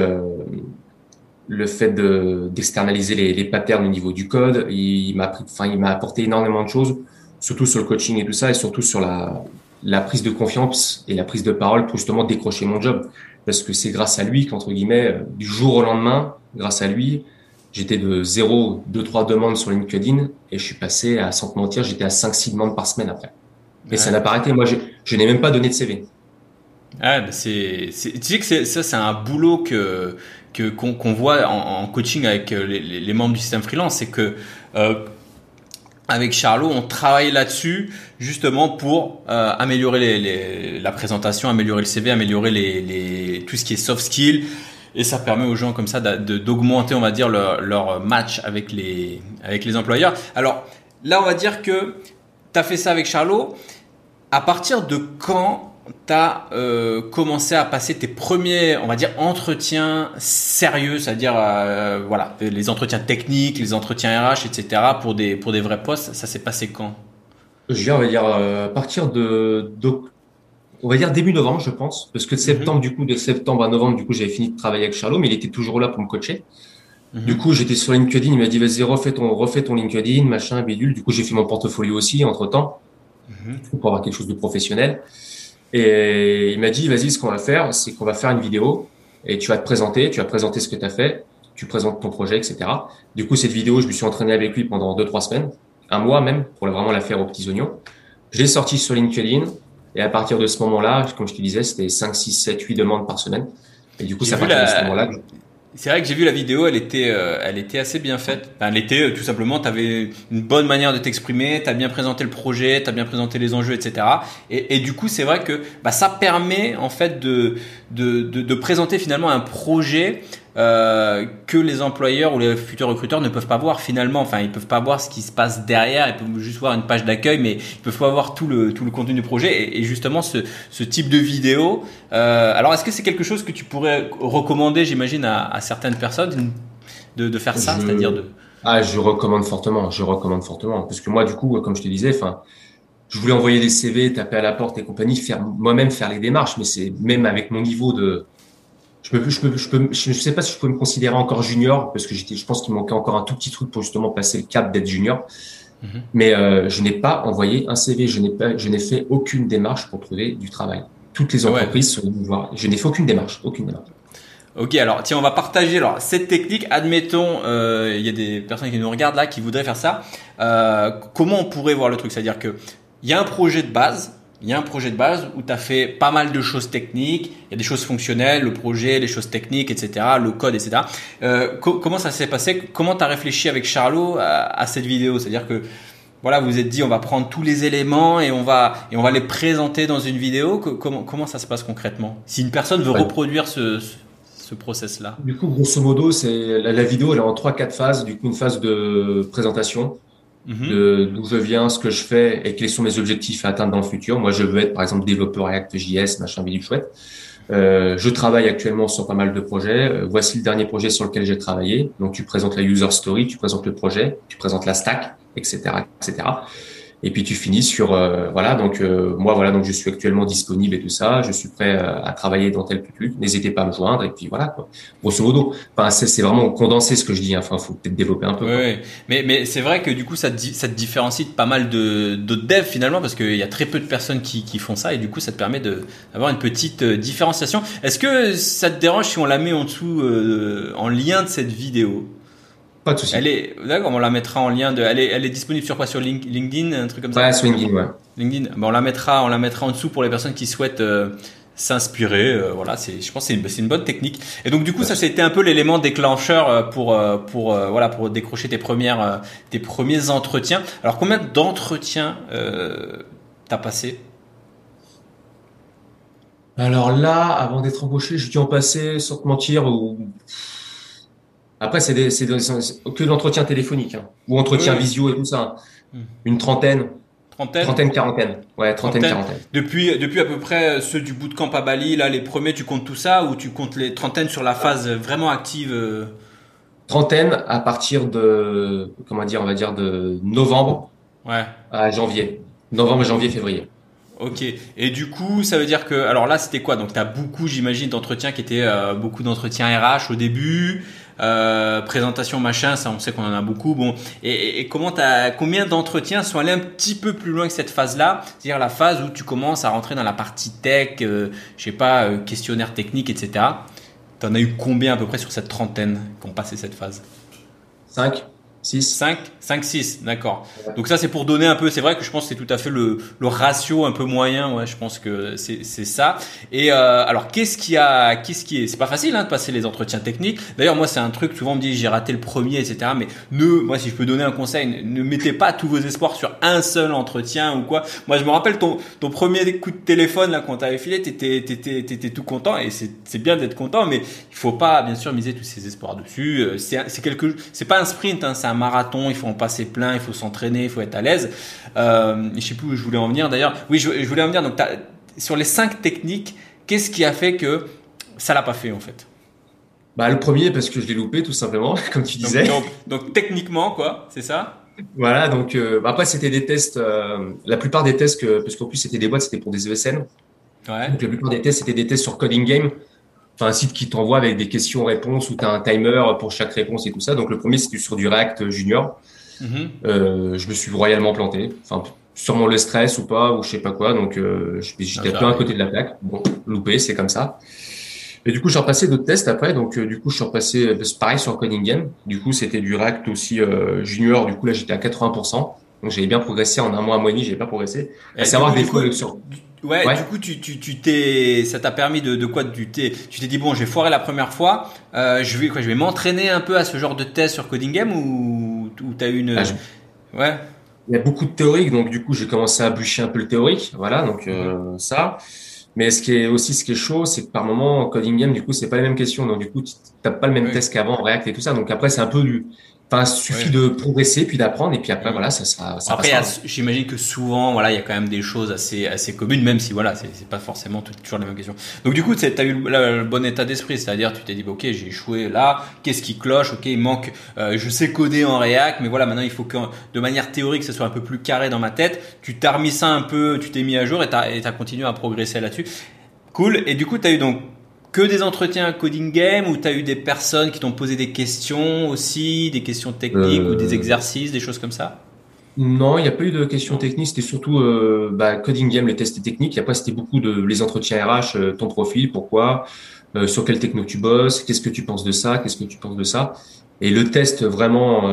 Speaker 2: le fait d'externaliser les patterns au niveau du code. Il m'a apporté énormément de choses, surtout sur le coaching et tout ça, et surtout sur la prise de confiance et la prise de parole pour justement décrocher mon job. Parce que c'est grâce à lui qu'entre guillemets, du jour au lendemain, grâce à lui, j'étais de 0, 2, 3 demandes sur LinkedIn et je suis passé à, sans te mentir, j'étais à 5, 6 demandes par semaine après. Et ça
Speaker 1: Ouais.
Speaker 2: n'a pas arrêté. Moi, je n'ai même pas donné de CV.
Speaker 1: Ah, bah tu sais que ça, c'est un boulot qu'on voit en coaching avec les membres du système freelance. C'est que euh, avec Charlot, on travaille là-dessus justement pour améliorer la présentation, améliorer le CV, améliorer tout ce qui est soft skills. Et ça permet aux gens comme ça d'augmenter, on va dire, leur match avec les employeurs. Alors là, on va dire que tu as fait ça avec Charlot. À partir de quand tu as commencé à passer tes premiers, on va dire, entretiens sérieux, c'est-à-dire voilà, les entretiens techniques, les entretiens RH, etc. pour des vrais postes, ça s'est passé quand?
Speaker 2: Je viens, on va dire, à partir on va dire début novembre, je pense, parce que
Speaker 1: Mhm,
Speaker 2: de septembre à novembre, du coup, j'avais fini de travailler avec Charlot, mais il était toujours là pour me coacher. Du
Speaker 1: mhm,
Speaker 2: coup, j'étais sur LinkedIn, il m'a dit, vas-y, refais ton LinkedIn, machin, bidule. Du coup, j'ai fait mon portfolio aussi, entre-temps,
Speaker 1: mhm.
Speaker 2: pour avoir quelque chose de professionnel. Et il m'a dit, vas-y, ce qu'on va faire, c'est qu'on va faire une vidéo et tu vas présenter ce que tu as fait, tu présentes ton projet, etc. Du coup, cette vidéo, je me suis entraîné avec lui pendant 2, 3 semaines, un mois même, pour vraiment la faire aux petits oignons. Je l'ai sorti sur LinkedIn et à partir de ce moment-là, comme je te disais, c'était 5, 6, 7, 8 demandes par semaine. Et du coup,
Speaker 1: J'ai
Speaker 2: c'est à
Speaker 1: vu
Speaker 2: partir de ce
Speaker 1: la,
Speaker 2: moment-là
Speaker 1: C'est vrai que j'ai vu la vidéo, elle était assez bien faite. Enfin, elle était tout simplement, tu avais une bonne manière de t'exprimer, tu as bien présenté le projet, tu as bien présenté les enjeux, etc. Et du coup, c'est vrai que bah, ça permet en fait de présenter finalement un projet que les employeurs ou les futurs recruteurs ne peuvent pas voir finalement. Enfin, ils peuvent pas voir ce qui se passe derrière, ils peuvent juste voir une page d'accueil, mais ils peuvent pas voir tout le contenu du projet. Et justement, ce type de vidéo. Alors, est-ce que c'est quelque chose que tu pourrais recommander, j'imagine, à certaines personnes de faire ça, c'est-à-dire
Speaker 2: je,
Speaker 1: de.
Speaker 2: je recommande fortement. Parce que moi, du coup, comme je te disais, enfin, je voulais envoyer des CV, taper à la porte et compagnie, moi-même faire les démarches, mais c'est même avec mon niveau je sais pas si je peux me considérer encore junior parce que je pense qu'il manquait encore un tout petit truc pour justement passer le cap d'être junior.
Speaker 1: Mhm.
Speaker 2: Mais je n'ai pas envoyé un CV, je n'ai fait aucune démarche pour trouver du travail. Toutes les
Speaker 1: Ouais.
Speaker 2: entreprises sont venues me voir. Je n'ai fait aucune démarche, aucune démarche.
Speaker 1: Ok, alors tiens, on va partager alors cette technique. Admettons, il y a des personnes qui nous regardent là, qui voudraient faire ça. Comment on pourrait voir le truc? C'est-à-dire que il y a un projet de base. Il y a un projet de base où tu as fait pas mal de choses techniques, il y a des choses fonctionnelles, le projet, les choses techniques, etc., le code, etc. Comment ça s'est passé? Comment tu as réfléchi avec Charlot à cette vidéo? C'est-à-dire que voilà, vous vous êtes dit on va prendre tous les éléments et on va les présenter dans une vidéo. Comment ça se passe concrètement? Si une personne veut
Speaker 2: Ouais.
Speaker 1: reproduire ce process-là.
Speaker 2: Du coup, grosso modo, la vidéo, elle est en 3, 4 phases. Du coup, une phase de présentation, d'où je viens, ce que je fais et quels sont mes objectifs à atteindre dans le futur. Moi, je veux être, par exemple, développeur React.js, machin, bidule chouette. Je travaille actuellement sur pas mal de projets. Voici le dernier projet sur lequel j'ai travaillé. Donc, tu présentes la user story, tu présentes le projet, tu présentes la stack, etc., etc. Et puis tu finis sur voilà. Donc moi voilà, donc je suis actuellement disponible et tout ça. Je suis prêt à travailler dans tel truc. N'hésitez pas à me joindre. Et puis voilà quoi. Grosso modo. Enfin c'est vraiment condensé ce que je dis. Enfin faut peut-être développer un peu.
Speaker 1: Oui,
Speaker 2: Quoi.
Speaker 1: oui. Mais c'est vrai que du coup ça te différencie de pas mal de devs finalement parce qu'il y a très peu de personnes qui font ça et du coup ça te permet d'avoir une petite différenciation. Est-ce que ça te dérange si on la met en dessous en lien de cette vidéo?
Speaker 2: Pas de souci.
Speaker 1: D'accord, on la mettra en lien elle est disponible sur quoi? Sur LinkedIn, un truc comme ça?
Speaker 2: Ouais, swinging, ouais.
Speaker 1: LinkedIn. Ben, on la mettra en dessous pour les personnes qui souhaitent s'inspirer. Voilà, je pense que c'est une bonne technique. Et donc du coup, ça c'était un peu l'élément déclencheur voilà pour décrocher tes premiers entretiens. Alors combien d'entretiens t'as passé?
Speaker 2: Alors là, avant d'être embauché, j'ai dû en passer, sans te mentir, ou après c'est que de l'entretien téléphonique hein, ou entretien
Speaker 1: Oui.
Speaker 2: visio et tout ça.
Speaker 1: Hmm.
Speaker 2: Une trentaine,
Speaker 1: Trentaine?
Speaker 2: trentaine, quarantaine. Ouais, trentaine,
Speaker 1: Trentaine.
Speaker 2: quarantaine.
Speaker 1: Depuis à peu près ceux du bootcamp à Bali, là les premiers, tu comptes tout ça ou tu comptes les trentaines sur la phase vraiment active?
Speaker 2: Trentaine à partir de, comment dire, on va dire de novembre
Speaker 1: Ouais.
Speaker 2: à janvier. Novembre, janvier, février.
Speaker 1: Ok. Et du coup, ça veut dire que, alors là, c'était quoi? Donc, tu as beaucoup, j'imagine, d'entretiens qui étaient beaucoup d'entretiens RH au début, présentation machin, ça, on sait qu'on en a beaucoup. Bon, et combien d'entretiens sont allés un petit peu plus loin que cette phase-là, c'est-à-dire la phase où tu commences à rentrer dans la partie tech, je sais pas, questionnaire technique, etc. T'en as eu combien à peu près sur cette trentaine qui ont passé cette phase?
Speaker 2: 5, 6.
Speaker 1: 5, 6, d'accord. Donc ça c'est pour donner un peu, c'est vrai que je pense que c'est tout à fait le ratio un peu moyen, ouais, je pense que c'est ça. Et alors c'est pas facile hein, de passer les entretiens techniques. D'ailleurs moi c'est un truc, souvent on me dit j'ai raté le premier, etc. Mais moi si je peux donner un conseil, ne mettez pas tous vos espoirs sur un seul entretien ou quoi. Moi je me rappelle ton premier coup de téléphone là quand t'avais filé, t'étais tout content et c'est bien d'être content, mais il faut pas bien sûr miser tous ses espoirs dessus. C'est pas un sprint, hein, c'est un marathon, il faut en passer plein, il faut s'entraîner, il faut être à l'aise. Je sais plus où je voulais en venir d'ailleurs. Oui, je voulais en venir. Donc, sur les 5 techniques, qu'est-ce qui a fait que ça l'a pas fait en fait?
Speaker 2: Bah, le premier, parce que je l'ai loupé, tout simplement, comme tu disais.
Speaker 1: Donc techniquement, quoi, c'est ça?
Speaker 2: Voilà, donc après, c'était des tests, la plupart des tests, parce qu'en plus, c'était des boîtes, c'était pour des ESN.
Speaker 1: Ouais.
Speaker 2: Donc, la plupart des tests, c'était des tests sur Coding Game. Enfin, un site qui t'envoie avec des questions-réponses où tu as un timer pour chaque réponse et tout ça. Donc, le premier, c'était sur du React Junior.
Speaker 1: Mhm.
Speaker 2: Je me suis royalement planté. Enfin, sûrement le stress ou pas, ou je sais pas quoi. Donc,
Speaker 1: Non,
Speaker 2: j'étais
Speaker 1: ça
Speaker 2: plein à
Speaker 1: arrive.
Speaker 2: côté de la plaque. Bon, loupé, c'est comme ça. Et du coup, j'ai repassé d'autres tests après. Donc, du coup, je suis repassé pareil sur Coding Game. Du coup, c'était du React aussi junior. Du coup, là, j'étais à 80%. Donc, j'avais bien progressé en un mois et demi. J'avais pas progressé. À
Speaker 1: Et du
Speaker 2: savoir
Speaker 1: coup,
Speaker 2: que des
Speaker 1: du coup,
Speaker 2: fois, sur
Speaker 1: ouais,
Speaker 2: ouais,
Speaker 1: du coup, ça t'a permis de quoi? Tu t'es dit bon, j'ai foiré la première fois. Je vais m'entraîner un peu à ce genre de test sur Coding Game ou t'as eu
Speaker 2: ah,
Speaker 1: une, ouais.
Speaker 2: il y a beaucoup de théorique. Donc, du coup, j'ai commencé à bûcher un peu le théorique. Voilà. Donc,
Speaker 1: Mhm.
Speaker 2: ça. Mais ce qui est chaud, c'est que par moment, en Coding Game, du coup, c'est pas les mêmes questions. Donc, du coup, tu t'as pas le même
Speaker 1: Oui,
Speaker 2: test qu'avant en React et tout ça. Donc, après, c'est un peu enfin, il suffit
Speaker 1: oui.
Speaker 2: de progresser puis d'apprendre. Et puis après,
Speaker 1: Mhm.
Speaker 2: voilà,
Speaker 1: Bon,
Speaker 2: ça
Speaker 1: après,
Speaker 2: passera.
Speaker 1: j'imagine que souvent, voilà, il y a quand même des choses assez communes, même si voilà, c'est pas forcément toujours la même question. Donc du coup, t'as eu le bon état d'esprit, c'est-à-dire tu t'es dit, bah, ok, j'ai échoué là, qu'est-ce qui cloche, ok, il manque, je sais coder en React, mais voilà, maintenant il faut que de manière théorique, ça soit un peu plus carré dans ma tête. Tu t'as remis ça un peu, tu t'es mis à jour et t'as continué à progresser là-dessus. Cool. Et du coup, t'as eu donc que des entretiens coding game ou t'as eu des personnes qui t'ont posé des questions aussi, des questions techniques ou des
Speaker 2: Euh,
Speaker 1: exercices, des choses comme ça?
Speaker 2: non, il n'y a pas eu de questions
Speaker 1: Non.
Speaker 2: techniques. C'était surtout Coding Game, les tests techniques. Et après, c'était beaucoup de les entretiens RH, ton profil, pourquoi, sur quelle techno tu bosses, qu'est-ce que tu penses de ça, qu'est-ce que tu penses de ça. Et le test vraiment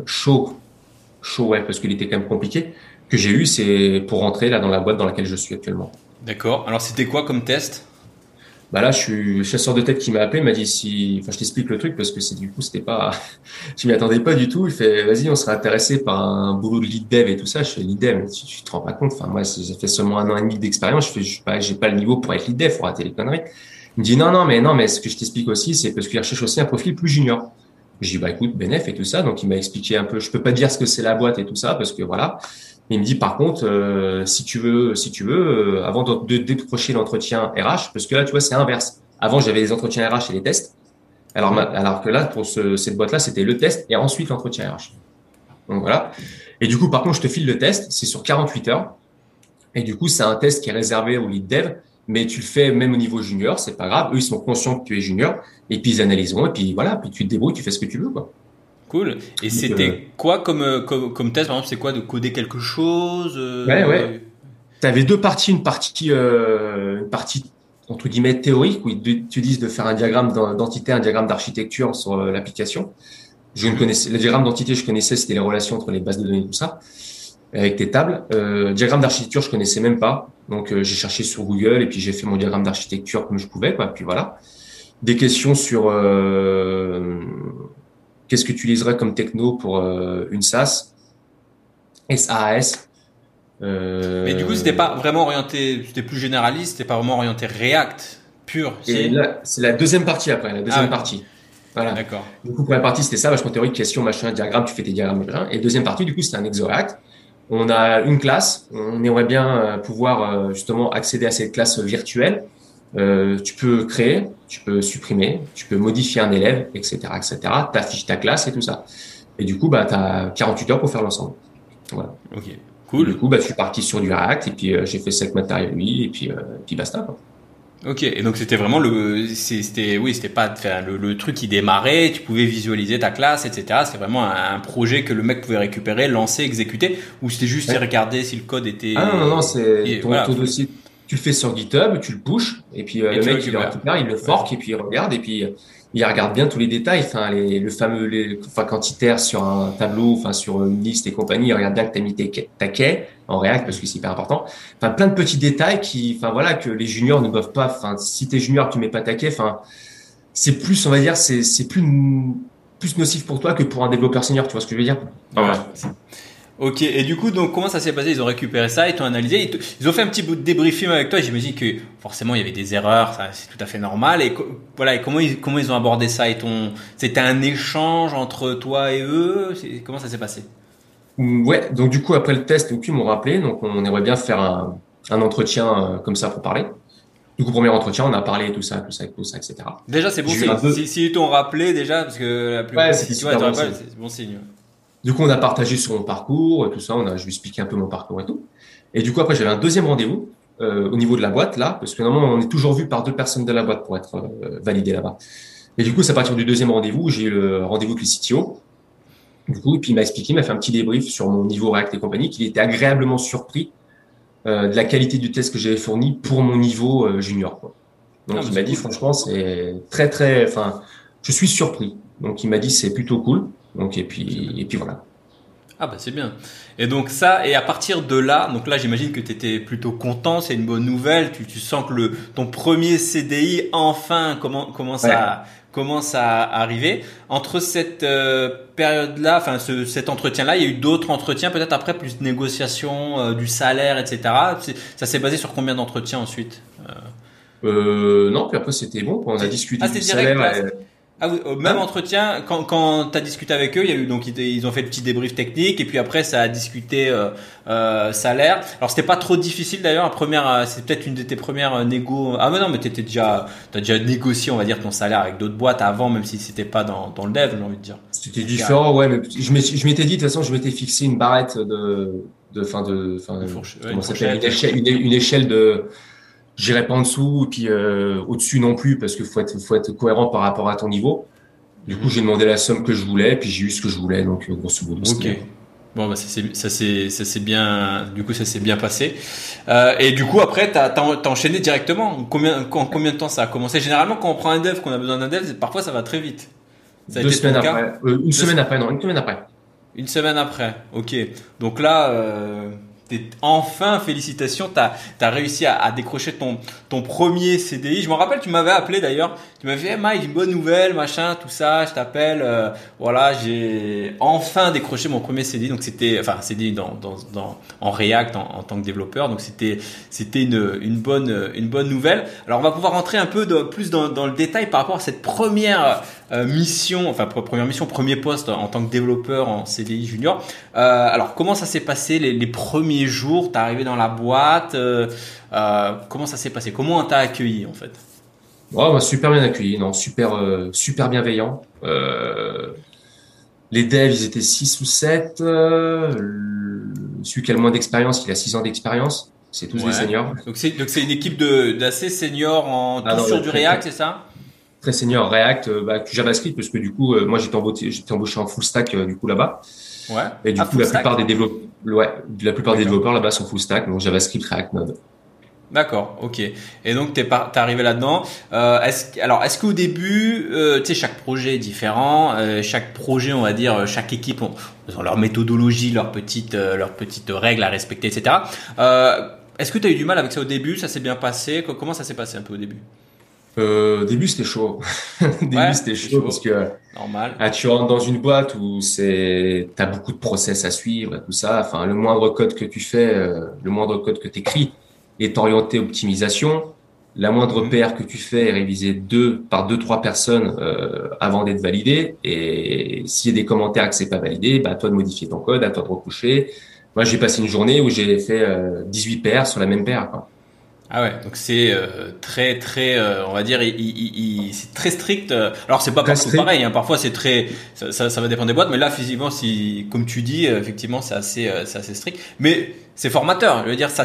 Speaker 2: chaud, ouais, parce qu'il était quand même compliqué, que j'ai eu, c'est pour rentrer là dans la boîte dans laquelle je suis actuellement.
Speaker 1: D'accord. Alors c'était quoi comme test?
Speaker 2: Bah là, je suis le chasseur de tête qui m'a appelé, m'a dit enfin, je t'explique le truc parce que du coup, c'était pas, je m'y attendais pas du tout. Il fait, vas-y, on serait intéressé par un boulot de lead dev et tout ça. Je fais lead dev, mais tu te rends pas compte. Enfin, moi, ça fait seulement un an et demi d'expérience. J'ai pas le niveau pour être lead dev, faut arrêter les conneries. Il me dit, non, mais ce que je t'explique aussi, c'est parce qu'il recherche aussi un profil plus junior. Je dis, bah écoute, Benef et tout ça. Donc, il m'a expliqué un peu. Je peux pas dire ce que c'est la boîte et tout ça parce que voilà. Mais il me dit, par contre, si tu veux, avant de décrocher l'entretien RH, parce que là, tu vois, c'est inverse. Avant, j'avais les entretiens RH et les tests. Alors que là, pour cette boîte-là, c'était le test et ensuite l'entretien RH. Donc voilà. Et du coup, par contre, je te file le test. C'est sur 48 heures. Et du coup, c'est un test qui est réservé au lead dev, mais tu le fais même au niveau junior, c'est pas grave. Eux, ils sont conscients que tu es junior, et puis ils analyseront, et puis voilà, puis tu te débrouilles, tu fais ce que tu veux, quoi.
Speaker 1: Cool. Et
Speaker 2: Donc,
Speaker 1: c'était quoi comme test? Par exemple, c'est quoi de coder quelque chose?
Speaker 2: ouais. Tu avais deux parties, une partie entre guillemets théorique où ils te disent de faire un diagramme d'entité, un diagramme d'architecture sur l'application. Je ne connaissais, le diagramme d'entité, je connaissais, c'était les relations entre les bases de données, tout ça, avec tes tables. Diagramme d'architecture, je connaissais même pas. Donc, j'ai cherché sur Google et puis j'ai fait mon diagramme d'architecture comme je pouvais, quoi. Puis voilà. Des questions sur qu'est-ce que tu utiliserais comme techno pour une SaaS, SaaS.
Speaker 1: Mais du coup, c'était pas vraiment orienté, c'était plus généraliste, c'était pas vraiment orienté React pur,
Speaker 2: Et
Speaker 1: si?
Speaker 2: là, c'est la deuxième partie après, la
Speaker 1: Ah,
Speaker 2: deuxième partie. Voilà.
Speaker 1: d'accord.
Speaker 2: Du coup, première partie, c'était ça, vachement théorique, question, machin, diagramme, tu fais tes diagrammes, machin. Et deuxième partie, du coup, c'était un Exoreact. On a une classe, on aimerait bien pouvoir justement accéder à cette classe virtuelle. Tu peux créer, tu peux supprimer, tu peux modifier un élève, etc., etc. T'affiches ta classe et tout ça. Et du coup, bah, t'as 48 heures pour faire l'ensemble. Voilà.
Speaker 1: Ok.
Speaker 2: Et du
Speaker 1: Cool.
Speaker 2: coup, bah, je suis parti sur du React et puis j'ai fait ça avec Material UI et puis basta, quoi.
Speaker 1: Ok. Et donc c'était vraiment oui, c'était pas, enfin, le truc qui démarrait, tu pouvais visualiser ta classe, etc. C'était vraiment un projet que le mec pouvait récupérer, lancer, exécuter, ou c'était juste
Speaker 2: Ouais.
Speaker 1: regarder si le code
Speaker 2: Ah non, non, non,
Speaker 1: était,
Speaker 2: c'est
Speaker 1: et
Speaker 2: ton
Speaker 1: voilà.
Speaker 2: dossier, tu le fais sur GitHub, tu le pushes, et puis
Speaker 1: Et
Speaker 2: le
Speaker 1: tu
Speaker 2: mec, il le
Speaker 1: récupères.
Speaker 2: récupère, il le
Speaker 1: Ouais.
Speaker 2: fork, et puis il regarde, et puis il regarde bien tous les détails, enfin, le fameux, enfin, quand il itère sur un tableau, enfin, sur une liste et compagnie, il regarde bien que tu as mis ta quai en React, parce que c'est hyper important. Enfin, plein de petits détails enfin, voilà, que les juniors ne doivent pas, enfin, si t'es junior, tu mets pas ta quai, enfin, c'est plus, on va dire, c'est plus nocif pour toi que pour un développeur senior, tu vois ce que je veux dire? Enfin,
Speaker 1: Ouais.
Speaker 2: voilà.
Speaker 1: Ok, et du coup, donc, comment ça s'est passé? Ils ont récupéré ça, ils t'ont analysé, ils ont fait un petit bout de débriefing avec toi. J'imagine que forcément il y avait des erreurs, ça c'est tout à fait normal. Et voilà, et comment ils ont abordé ça? C'était un échange entre toi et eux? Comment ça s'est passé?
Speaker 2: Ouais, donc du coup, après le test, donc, ils m'ont rappelé, donc on aimerait bien faire un entretien comme ça pour parler. Du coup, premier entretien, on a parlé tout ça, etc.
Speaker 1: Déjà, c'est bon
Speaker 2: J'ai eu
Speaker 1: signe.
Speaker 2: un peu,
Speaker 1: S'ils t'ont rappelé déjà, parce que
Speaker 2: ouais,
Speaker 1: si
Speaker 2: c'était
Speaker 1: tu vois,
Speaker 2: super
Speaker 1: t'aurais
Speaker 2: bon
Speaker 1: pas,
Speaker 2: signe.
Speaker 1: c'est bon signe.
Speaker 2: Du coup, on a partagé sur mon parcours, tout ça, je lui ai expliqué un peu mon parcours et tout. Et du coup, après, j'avais un deuxième rendez-vous au niveau de la boîte, là, parce que normalement, on est toujours vu par deux personnes de la boîte pour être validé là-bas. Et du coup, c'est à partir du deuxième rendez-vous, j'ai eu le rendez-vous avec le CTO. Du coup, et puis il m'a expliqué, il m'a fait un petit débrief sur mon niveau React et compagnie, qu'il était agréablement surpris de la qualité du test que j'avais fourni pour mon niveau junior, quoi.
Speaker 1: Ah,
Speaker 2: Donc
Speaker 1: bah,
Speaker 2: il m'a
Speaker 1: c'est
Speaker 2: dit
Speaker 1: cool.
Speaker 2: franchement c'est très très, enfin je suis surpris. Donc il m'a dit c'est plutôt cool. Donc
Speaker 1: C'est bien.
Speaker 2: et puis voilà.
Speaker 1: Ah bah c'est bien. Et donc ça, et à partir de là, donc là j'imagine que tu étais plutôt content, c'est une bonne nouvelle, tu sens que ton premier CDI enfin
Speaker 2: Ouais.
Speaker 1: commence à arriver. Entre cette période-là, enfin cet entretien-là, il y a eu d'autres entretiens, peut-être après plus de négociations, du salaire, etc. Ça s'est basé sur combien d'entretiens ensuite?
Speaker 2: Non puis après c'était bon, quoi. On a discuté
Speaker 1: C'était
Speaker 2: du
Speaker 1: direct
Speaker 2: salaire.
Speaker 1: là. Ah oui, au même
Speaker 2: Hein?
Speaker 1: entretien, quand tu as discuté avec eux, il y a eu donc ils ont fait le petit débrief technique et puis après ça a discuté salaire. Alors c'était pas trop difficile d'ailleurs, la première c'est peut-être une de tes premières négo. Ah mais non, mais t'as déjà négocié on va dire ton salaire avec d'autres boîtes avant même si c'était pas dans le dev, j'ai envie de dire.
Speaker 2: C'était
Speaker 1: Donc il y a
Speaker 2: différent, ouais, mais je m'étais dit de toute façon je m'étais fixé une barrette
Speaker 1: une fourchette, ouais, une
Speaker 2: comment ça s'appelle,
Speaker 1: fourchette.
Speaker 2: une échelle de. J'irai pas en dessous et puis au-dessus non plus parce qu'il faut être cohérent par rapport à ton niveau. Du coup,
Speaker 1: Mhm.
Speaker 2: j'ai demandé la somme que je voulais, puis j'ai eu ce que je voulais, donc grosso modo, c'était
Speaker 1: Ok.
Speaker 2: bien.
Speaker 1: Bon bah ça s'est bien du coup ça s'est bien passé et du coup après t'as enchaîné directement combien de temps ça a commencé généralement quand on prend un dev qu'on a besoin d'un dev parfois ça va très vite ça a
Speaker 2: Deux
Speaker 1: été ton
Speaker 2: semaines
Speaker 1: cas
Speaker 2: après, une
Speaker 1: Deux-
Speaker 2: semaine après, non, une semaine après.
Speaker 1: une semaine après, ok. Donc là, enfin, félicitations, t'as réussi à décrocher ton premier CDI. Je me rappelle, tu m'avais appelé d'ailleurs. Tu m'avais dit, hey Mike, une bonne nouvelle, machin, tout ça. Je t'appelle. Voilà, j'ai enfin décroché mon premier CDI. Donc c'était, enfin, CDI en React en tant que développeur. Donc c'était une bonne nouvelle. Alors on va pouvoir rentrer un peu plus dans le détail par rapport à cette première mission, enfin première mission, premier poste en tant que développeur en CDI junior. Alors comment ça s'est passé les premiers jours? T'es arrivé dans la boîte, comment ça s'est passé? Comment on t'a accueilli en fait?
Speaker 2: Ouais, bah, super bien accueilli, non, super bienveillant. Les devs, ils étaient 6 ou 7. Celui qui a le moins d'expérience, il a 6 ans d'expérience. C'est tous des
Speaker 1: Ouais.
Speaker 2: seniors.
Speaker 1: Donc c'est une équipe d'assez seniors en
Speaker 2: Ah
Speaker 1: tout
Speaker 2: non,
Speaker 1: sur du React, c'est ça?
Speaker 2: très senior React, JavaScript, parce que du coup, moi j'étais embauché en full stack du coup là-bas.
Speaker 1: Ouais.
Speaker 2: Et du
Speaker 1: Ah,
Speaker 2: coup,
Speaker 1: full stack.
Speaker 2: la plupart des
Speaker 1: D'accord.
Speaker 2: développeurs là-bas sont full stack, donc JavaScript, React, Node.
Speaker 1: D'accord, ok. Et donc t'es arrivé là-dedans. Est-ce qu'au début, tu sais, chaque projet est différent. Chaque projet, on va dire, chaque équipe ont leur méthodologie, leurs petites règles à respecter, etc. Est-ce que tu as eu du mal avec ça au début? Ça s'est bien passé? Comment ça s'est passé un peu au début?
Speaker 2: Au début, c'était chaud. Au début,
Speaker 1: Ouais,
Speaker 2: c'était
Speaker 1: c'est
Speaker 2: chaud parce
Speaker 1: chaud,
Speaker 2: que
Speaker 1: normal.
Speaker 2: tu rentres dans une boîte où t'as beaucoup de process à suivre, et tout ça. Enfin, le moindre code que tu fais, le moindre code que tu écris est orienté optimisation. La moindre
Speaker 1: Mhm.
Speaker 2: PR que tu fais est révisée par deux, trois personnes avant d'être validée. Et s'il y a des commentaires que c'est pas validé, bah, à toi de modifier ton code, à toi de recoucher. Moi, j'ai passé une journée où j'ai fait 18 PR sur la même PR, quoi.
Speaker 1: Ah ouais, donc c'est très très, on va dire, c'est très strict. Alors c'est pas
Speaker 2: Très
Speaker 1: partout
Speaker 2: strict.
Speaker 1: pareil, hein. Parfois c'est très, ça va dépendre des boîtes, mais là physiquement, si, comme tu dis, effectivement c'est assez strict. Mais c'est formateur. Je veux dire,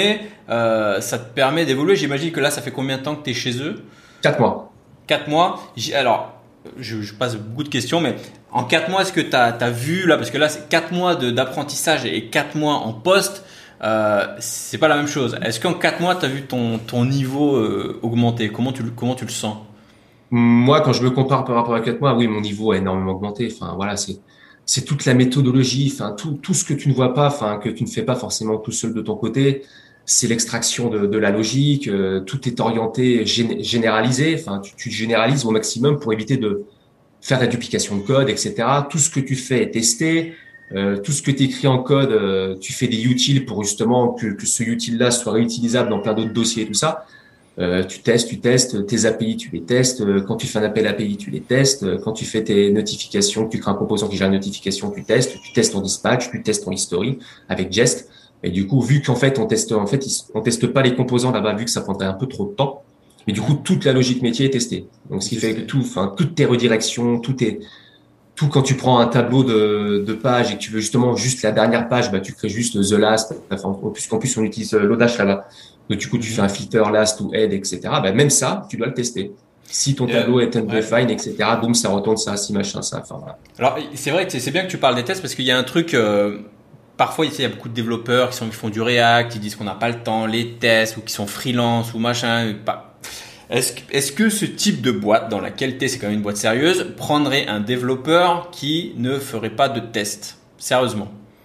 Speaker 1: ça te permet d'évoluer. J'imagine que là, ça fait combien de temps que tu es chez eux?
Speaker 2: 4 mois.
Speaker 1: 4 mois. Alors, je passe beaucoup de questions, mais en 4 mois, est-ce que tu as vu là, parce que là, c'est 4 mois d'apprentissage et 4 mois en poste, c'est pas la même chose. Est-ce qu'en 4 mois, tu as vu ton niveau augmenter? Comment tu le sens?
Speaker 2: Moi, quand je me compare par rapport à 4 mois, oui, mon niveau a énormément augmenté. Enfin, voilà, c'est toute la méthodologie, enfin, tout ce que tu ne vois pas, enfin, que tu ne fais pas forcément tout seul de ton côté. C'est l'extraction de la logique. Tout est orienté, généralisé. Enfin, tu généralises au maximum pour éviter de faire de la duplication de code, etc. Tout ce que tu fais est testé. Tout ce que tu écris en code, tu fais des utils pour justement que ce util-là soit réutilisable dans plein d'autres dossiers et tout ça. Tu testes tes API, tu les testes. Quand tu fais un appel API, tu les testes. Quand tu fais tes notifications, tu crées un composant qui gère une notification, tu testes. Tu testes ton dispatch, tu testes ton history avec Jest. Et du coup, vu qu'en fait, on teste pas les composants là-bas, vu que ça prendrait un peu trop de temps. Et du coup, toute la logique métier est testée. Donc, ce qui fait que toutes tes redirections, tout quand tu prends un tableau de pages et que tu veux justement juste la dernière page, bah, tu crées juste the last. Enfin, en plus, on utilise Lodash là-bas. Donc, du coup, tu fais un filter last ou head, etc. Bah, même ça, tu dois le tester. Si ton tableau est
Speaker 1: Ouais.
Speaker 2: undefined, etc., boum, ça retourne ça, si machin, ça. Enfin, voilà.
Speaker 1: Alors, c'est vrai que c'est bien que tu parles des tests parce qu'il y a un truc. Parfois, ici, il y a beaucoup de développeurs qui font du React, qui disent qu'on n'a pas le temps, les tests, ou qui sont freelance ou machin. Est-ce que ce type de boîte, dans laquelle tu es, c'est quand même une boîte sérieuse, prendrait un développeur qui ne ferait pas de tests? Sérieusement.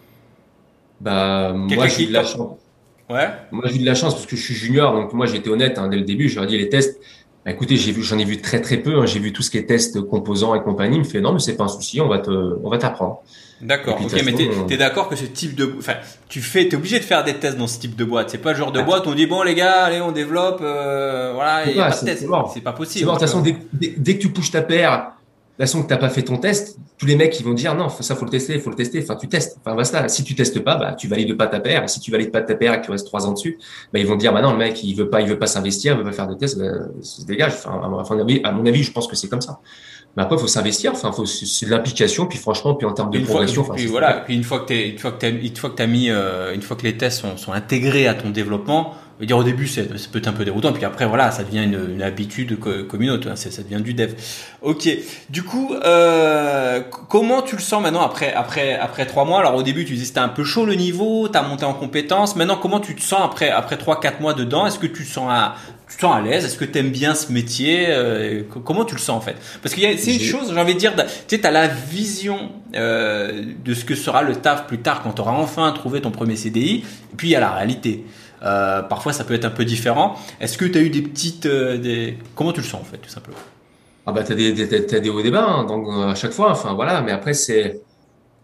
Speaker 2: Bah, moi,
Speaker 1: Quelqu'un
Speaker 2: j'ai eu
Speaker 1: qui...
Speaker 2: de la chance.
Speaker 1: Ouais.
Speaker 2: Moi, j'ai eu de la chance parce que je suis junior, donc moi, j'étais honnête, hein, dès le début. Je leur ai dit les tests. Bah, écoutez, j'en ai vu très très peu. Hein, j'ai vu tout ce qui est tests composants et compagnie. Il me fait non, mais c'est pas un souci, on va t'apprendre. Et
Speaker 1: D'accord,
Speaker 2: puis de
Speaker 1: ok,
Speaker 2: toute
Speaker 1: mais
Speaker 2: façon,
Speaker 1: t'es d'accord que ce type de, enfin, t'es obligé de faire des tests dans ce type de boîte. C'est pas le genre de
Speaker 2: ah,
Speaker 1: boîte où on dit bon les gars, allez on développe, voilà,
Speaker 2: c'est
Speaker 1: il y a
Speaker 2: pas,
Speaker 1: pas de
Speaker 2: c'est
Speaker 1: test.
Speaker 2: mort.
Speaker 1: C'est pas
Speaker 2: C'est mort.
Speaker 1: possible,
Speaker 2: De
Speaker 1: tu
Speaker 2: toute façon,
Speaker 1: vois.
Speaker 2: dès que tu pushes ta paire, de toute façon que t'as pas fait ton test, tous les mecs ils vont dire non, ça faut le tester, faut le tester. Enfin, tu testes. Enfin, basta. Si tu testes pas, bah tu valides pas ta paire. Et si tu valides pas ta paire et que tu restes 3 ans dessus, bah ils vont te dire bah non, le mec il veut pas s'investir, il veut pas faire de tests, bah, ça se dégage. Enfin, à mon avis, je pense que c'est comme ça. Mais après, il faut s'investir. Enfin, c'est de l'implication. Puis franchement, puis en termes de
Speaker 1: Puis
Speaker 2: progression, enfin,
Speaker 1: puis
Speaker 2: c'est
Speaker 1: voilà,
Speaker 2: super.
Speaker 1: puis une fois que t'as mis, une fois que les tests sont intégrés à ton développement, je veux dire au début ça peut être un peu déroutant, puis après voilà, ça devient une habitude commune, ça devient du dev. Ok. Du coup, comment tu le sens maintenant après 3 mois? Alors au début tu disais que c'était un peu chaud le niveau, t'as monté en compétences. Maintenant comment tu te sens après 3 4 mois dedans? Est-ce que tu te sens à l'aise? Est-ce que tu aimes bien ce métier? Comment tu le sens en fait? Parce c'est une
Speaker 2: J'ai,
Speaker 1: chose, j'ai envie de dire, tu sais, t'as la vision de ce que sera le taf plus tard quand tu auras enfin trouvé ton premier CDI. Et puis il y a la réalité. Parfois ça peut être un peu différent. Est-ce que tu as eu des petites, comment tu le sens en fait, tout simplement?
Speaker 2: t'as des hauts et des bas, hein, donc à chaque fois. Enfin, voilà. Mais après,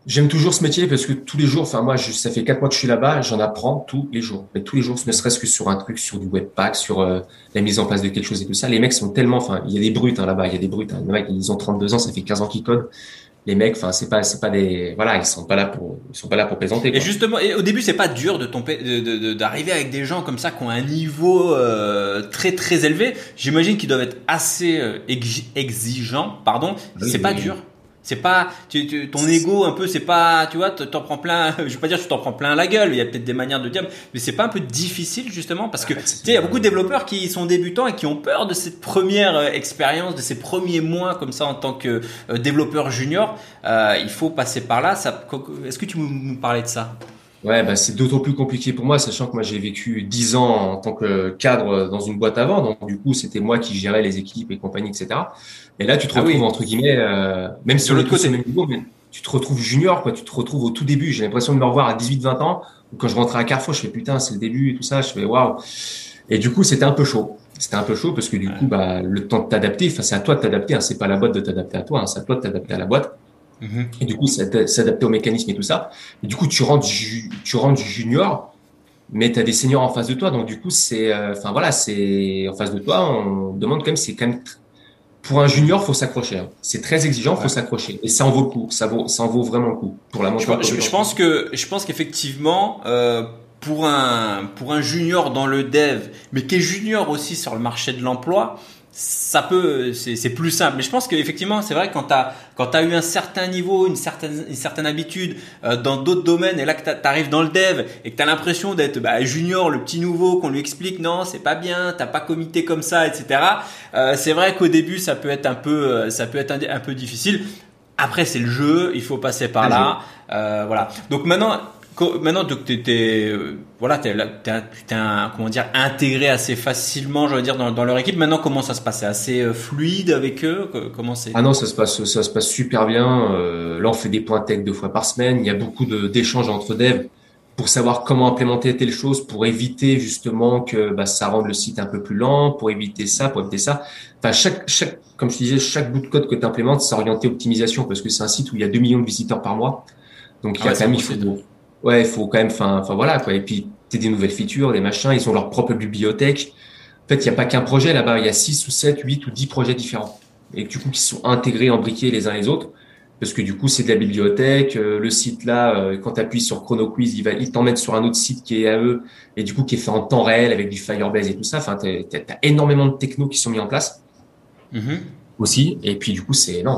Speaker 2: J'aime toujours ce métier parce que tous les jours, enfin moi, ça fait 4 mois que je suis là-bas, j'en apprends tous les jours. Mais tous les jours, ne serait-ce que sur un truc, sur du webpack, sur la mise en place de quelque chose et tout ça. Les mecs sont tellement, enfin, il y a des brutes là-bas, il y a des brutes. Les mecs, ils ont 32 ans, ça fait 15 ans qu'ils codent. Les mecs, enfin, c'est pas des, voilà, ils sont pas là pour plaisanter,
Speaker 1: Et
Speaker 2: quoi.
Speaker 1: justement, et au début, c'est pas dur d'arriver avec des gens comme ça qui ont un niveau très très élevé. J'imagine qu'ils doivent être assez exigeants. Pardon,
Speaker 2: Oui,
Speaker 1: c'est pas
Speaker 2: oui.
Speaker 1: dur. C'est pas ton ego un peu, c'est pas, tu vois, t'en prends plein. Je vais pas dire que tu t'en prends plein la gueule. Il y a peut-être des manières de dire, mais c'est pas un peu difficile justement parce que tu sais, il y a beaucoup de développeurs qui sont débutants et qui ont peur de cette première expérience, de ces premiers mois comme ça en tant que développeur junior. Il faut passer par là. Est-ce que tu peux nous parler de ça?
Speaker 2: Ouais, bah, c'est d'autant plus compliqué pour moi, sachant que moi, j'ai vécu 10 ans en tant que cadre dans une boîte avant. Donc, du coup, c'était moi qui gérais les équipes et compagnie, etc. Et là, tu te
Speaker 1: Ah
Speaker 2: retrouves,
Speaker 1: oui,
Speaker 2: entre guillemets, même si
Speaker 1: de
Speaker 2: on est
Speaker 1: l'autre
Speaker 2: tous au même
Speaker 1: côté.
Speaker 2: niveau, mais tu te retrouves junior, quoi. Tu te retrouves au tout début. J'ai l'impression de me revoir à 18, 20 ans. Ou quand je rentrais à Carrefour, je fais putain, c'est le début et tout ça. Je fais waouh. Et du coup, c'était un peu chaud. C'était un peu chaud parce que du coup,
Speaker 1: Ouais.
Speaker 2: bah, le temps de t'adapter, enfin, c'est à toi de t'adapter, hein. C'est pas à la boîte de t'adapter à toi, hein. C'est à toi de t'adapter à la boîte.
Speaker 1: Mhm.
Speaker 2: Et du coup, s'adapter au mécanisme et tout ça. Et du coup, tu rentres junior, mais tu as des seniors en face de toi. Donc, du coup, enfin voilà, c'est en face de toi, on demande quand même, c'est quand même, pour un junior, faut s'accrocher, hein. C'est très exigeant, faut
Speaker 1: Ouais.
Speaker 2: s'accrocher. Et ça en vaut le coup. Ça en vaut vraiment le coup pour la montée en compétence.
Speaker 1: Je pense qu'effectivement, pour un junior dans le dev, mais qui est junior aussi sur le marché de l'emploi, c'est plus simple. Mais je pense qu'effectivement, c'est vrai que quand t'as eu un certain niveau, une certaine habitude dans d'autres domaines, et là que t'arrives dans le dev et que t'as l'impression d'être junior, le petit nouveau, qu'on lui explique non, c'est pas bien, t'as pas commité comme ça, etc. C'est vrai qu'au début, ça peut être un peu difficile. Après, c'est le jeu, il faut passer par
Speaker 2: Le
Speaker 1: là.
Speaker 2: jeu.
Speaker 1: Voilà. Donc maintenant donc voilà, comment dire, intégré assez facilement, je veux dire, dans leur équipe. Maintenant, comment ça se passe? C'est assez fluide avec eux? Comment c'est?
Speaker 2: Ah non, ça se passe super bien. Là, on fait des points tech 2 fois par semaine. Il y a beaucoup d'échanges entre devs pour savoir comment implémenter telle chose, pour éviter justement que bah, ça rende le site un peu plus lent, pour éviter ça, pour éviter ça. Enfin, comme je te disais, chaque bout de code que tu implémentes, c'est orienté optimisation parce que c'est un site où il y a 2 millions de visiteurs par mois. Donc, il
Speaker 1: Ah
Speaker 2: y a
Speaker 1: ouais,
Speaker 2: quand
Speaker 1: c'est un
Speaker 2: même,
Speaker 1: gros site.
Speaker 2: ouais, il faut quand même, enfin voilà, quoi. Et puis, t'as des nouvelles features, des machins, ils ont leur propre bibliothèque. En fait, il n'y a pas qu'un projet là-bas, il y a 6 ou 7, 8 ou 10 projets différents. Et du coup, qui sont intégrés, embriqués les uns les autres. Parce que du coup, c'est de la bibliothèque. Le site là, quand tu appuies sur Chrono Quiz, il t'emmène sur un autre site qui est à eux et du coup qui est fait en temps réel avec du Firebase et tout ça. Enfin, t'as énormément de technos qui sont mis en place
Speaker 1: Mhm.
Speaker 2: aussi. Et puis du coup,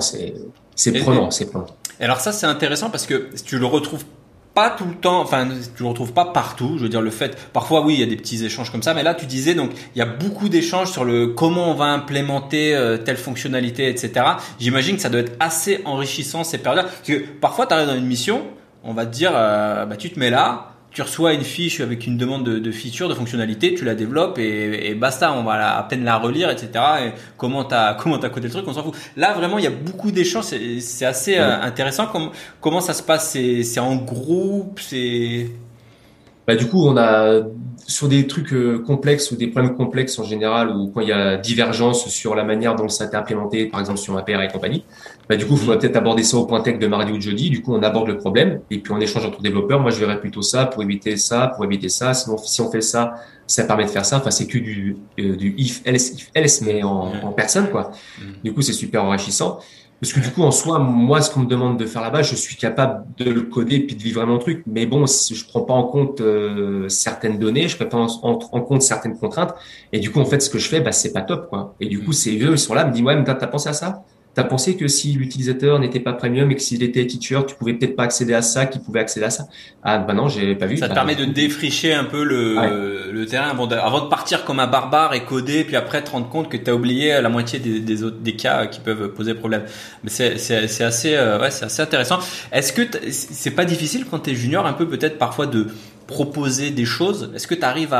Speaker 2: c'est
Speaker 1: Et,
Speaker 2: prenant,
Speaker 1: et-
Speaker 2: c'est prenant.
Speaker 1: et alors ça, c'est intéressant parce que tu le retrouves pas tout le temps, enfin tu le retrouves pas partout. Je veux dire le fait, parfois oui, il y a des petits échanges comme ça, mais là tu disais donc il y a beaucoup d'échanges sur le comment on va implémenter telle fonctionnalité, etc. J'imagine que ça doit être assez enrichissant ces périodes-là, parce que parfois tu arrives dans une mission, on va te dire tu te mets là. Tu reçois une fiche avec une demande de feature, de fonctionnalité, tu la développes et basta, on va à peine la relire, etc. Et comment t'as codé le truc, on s'en fout. Là, vraiment, il y a beaucoup d'échanges, c'est assez intéressant. Comment ça se passe? C'est en groupe, c'est.
Speaker 2: Bah, du coup, on a sur des trucs complexes ou des problèmes complexes en général, ou quand il y a divergence sur la manière dont ça a été implémenté, par exemple sur APR et compagnie, bah, du coup, il faudrait
Speaker 1: Mhm.
Speaker 2: peut-être aborder ça au point tech de mardi ou de jeudi. Du coup, on aborde le problème et puis on échange entre développeurs. Moi, je verrais plutôt ça pour éviter ça, pour éviter ça. Sinon, si on fait ça, ça permet de faire ça. Enfin, c'est que du if else, mais en
Speaker 1: Ouais.
Speaker 2: personne, quoi.
Speaker 1: Mhm.
Speaker 2: Du coup, c'est super enrichissant. Parce que du
Speaker 1: Ouais.
Speaker 2: coup, en soi, moi, ce qu'on me demande de faire là-bas, je suis capable de le coder puis de vivre vraiment le truc. Mais bon, si je prends pas en compte certaines données, je prends pas en compte certaines contraintes. Et du coup, en fait, ce que je fais, bah, c'est pas top, quoi. Et du coup,
Speaker 1: Mhm.
Speaker 2: c'est eux, ils sont là, ils me disent, ouais, mais t'as pensé à ça? T'as pensé que si l'utilisateur n'était pas premium et que s'il était teacher, tu pouvais peut-être pas accéder à ça, qu'il pouvait accéder à ça? Ah, bah non, j'ai pas vu.
Speaker 1: Ça te
Speaker 2: Bah,
Speaker 1: permet
Speaker 2: du
Speaker 1: de
Speaker 2: coup,
Speaker 1: défricher un peu
Speaker 2: ouais.
Speaker 1: le terrain avant de partir comme un barbare et coder, puis après te rendre compte que tu as oublié la moitié des autres des cas qui peuvent poser problème. Mais c'est assez ouais, c'est assez intéressant. Est-ce que c'est pas difficile quand tu es junior un peu peut-être parfois de proposer des choses? Est-ce que tu arrives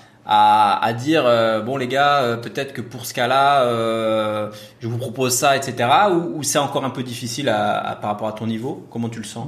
Speaker 1: à dire bon les gars peut-être que pour ce cas-là je vous propose ça, etc. Ou c'est encore un peu difficile par rapport à ton niveau? Comment tu le sens?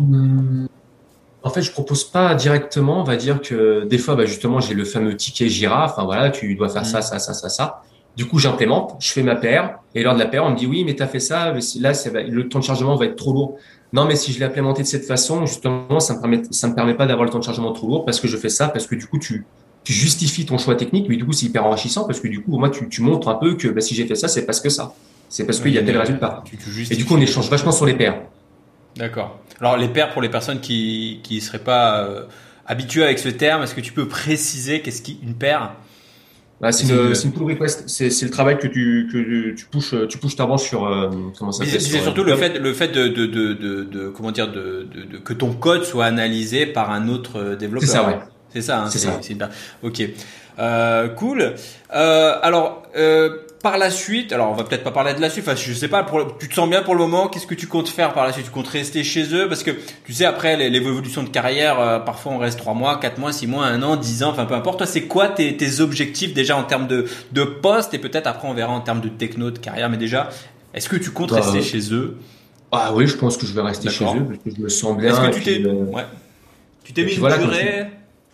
Speaker 2: En fait, je propose pas directement. On va dire que des fois, bah, justement, j'ai le fameux ticket Jira. Enfin, voilà, tu dois faire ça,
Speaker 1: Hmm.
Speaker 2: ça, ça, ça, ça. Du coup, j'implémente, je fais ma paire. Et lors de la paire, on me dit, oui, mais t'as fait ça. Mais là, le temps de chargement va être trop lourd. Non, mais si je l'ai implémenté de cette façon, justement, ça me permet pas d'avoir le temps de chargement trop lourd parce que je fais ça, parce que du coup, tu justifies ton choix technique, mais du coup, c'est hyper enrichissant parce que du coup, moi, tu montres un peu que bah, si j'ai fait ça, c'est parce que ça. C'est parce qu'il y a tel résultat.
Speaker 1: Tu
Speaker 2: Et du coup, on
Speaker 1: justifies.
Speaker 2: échange vachement sur les pairs.
Speaker 1: D'accord. Alors les pairs, pour les personnes qui seraient pas habituées avec ce terme, est-ce que tu peux préciser qu'est-ce qu'une paire?
Speaker 2: Bah,
Speaker 1: C'est une.
Speaker 2: c'est une pull request. C'est le travail que tu pushes ta branche sur, comment ça
Speaker 1: Mais
Speaker 2: s'appelle,
Speaker 1: c'est
Speaker 2: sur
Speaker 1: surtout
Speaker 2: GitHub.
Speaker 1: le fait de comment dire que ton code soit analysé par un autre
Speaker 2: C'est
Speaker 1: développeur.
Speaker 2: ça, ouais.
Speaker 1: C'est ça, hein,
Speaker 2: C'est ça.
Speaker 1: c'est bien. Ok, cool. Alors par la suite, alors on va peut-être pas parler de la suite. Enfin, je sais pas. Tu te sens bien pour le moment? Qu'est-ce que tu comptes faire par la suite? Tu comptes rester chez eux? Parce que tu sais après l'évolution de carrière, parfois on reste 3 mois, 4 mois, 6 mois, 1 an, 10 ans. Enfin peu importe. Toi, c'est quoi tes objectifs déjà en termes de poste et peut-être après on verra en termes de techno, de carrière. Mais déjà, est-ce que tu comptes
Speaker 2: Bah,
Speaker 1: rester chez eux?
Speaker 2: ah oui, je pense que je vais rester chez eux
Speaker 1: D'accord.
Speaker 2: parce que je me sens
Speaker 1: Est-ce
Speaker 2: bien
Speaker 1: que tu t'es, ouais, tu t'es
Speaker 2: et
Speaker 1: mis
Speaker 2: puis
Speaker 1: une
Speaker 2: voilà, comme je dis.
Speaker 1: durée?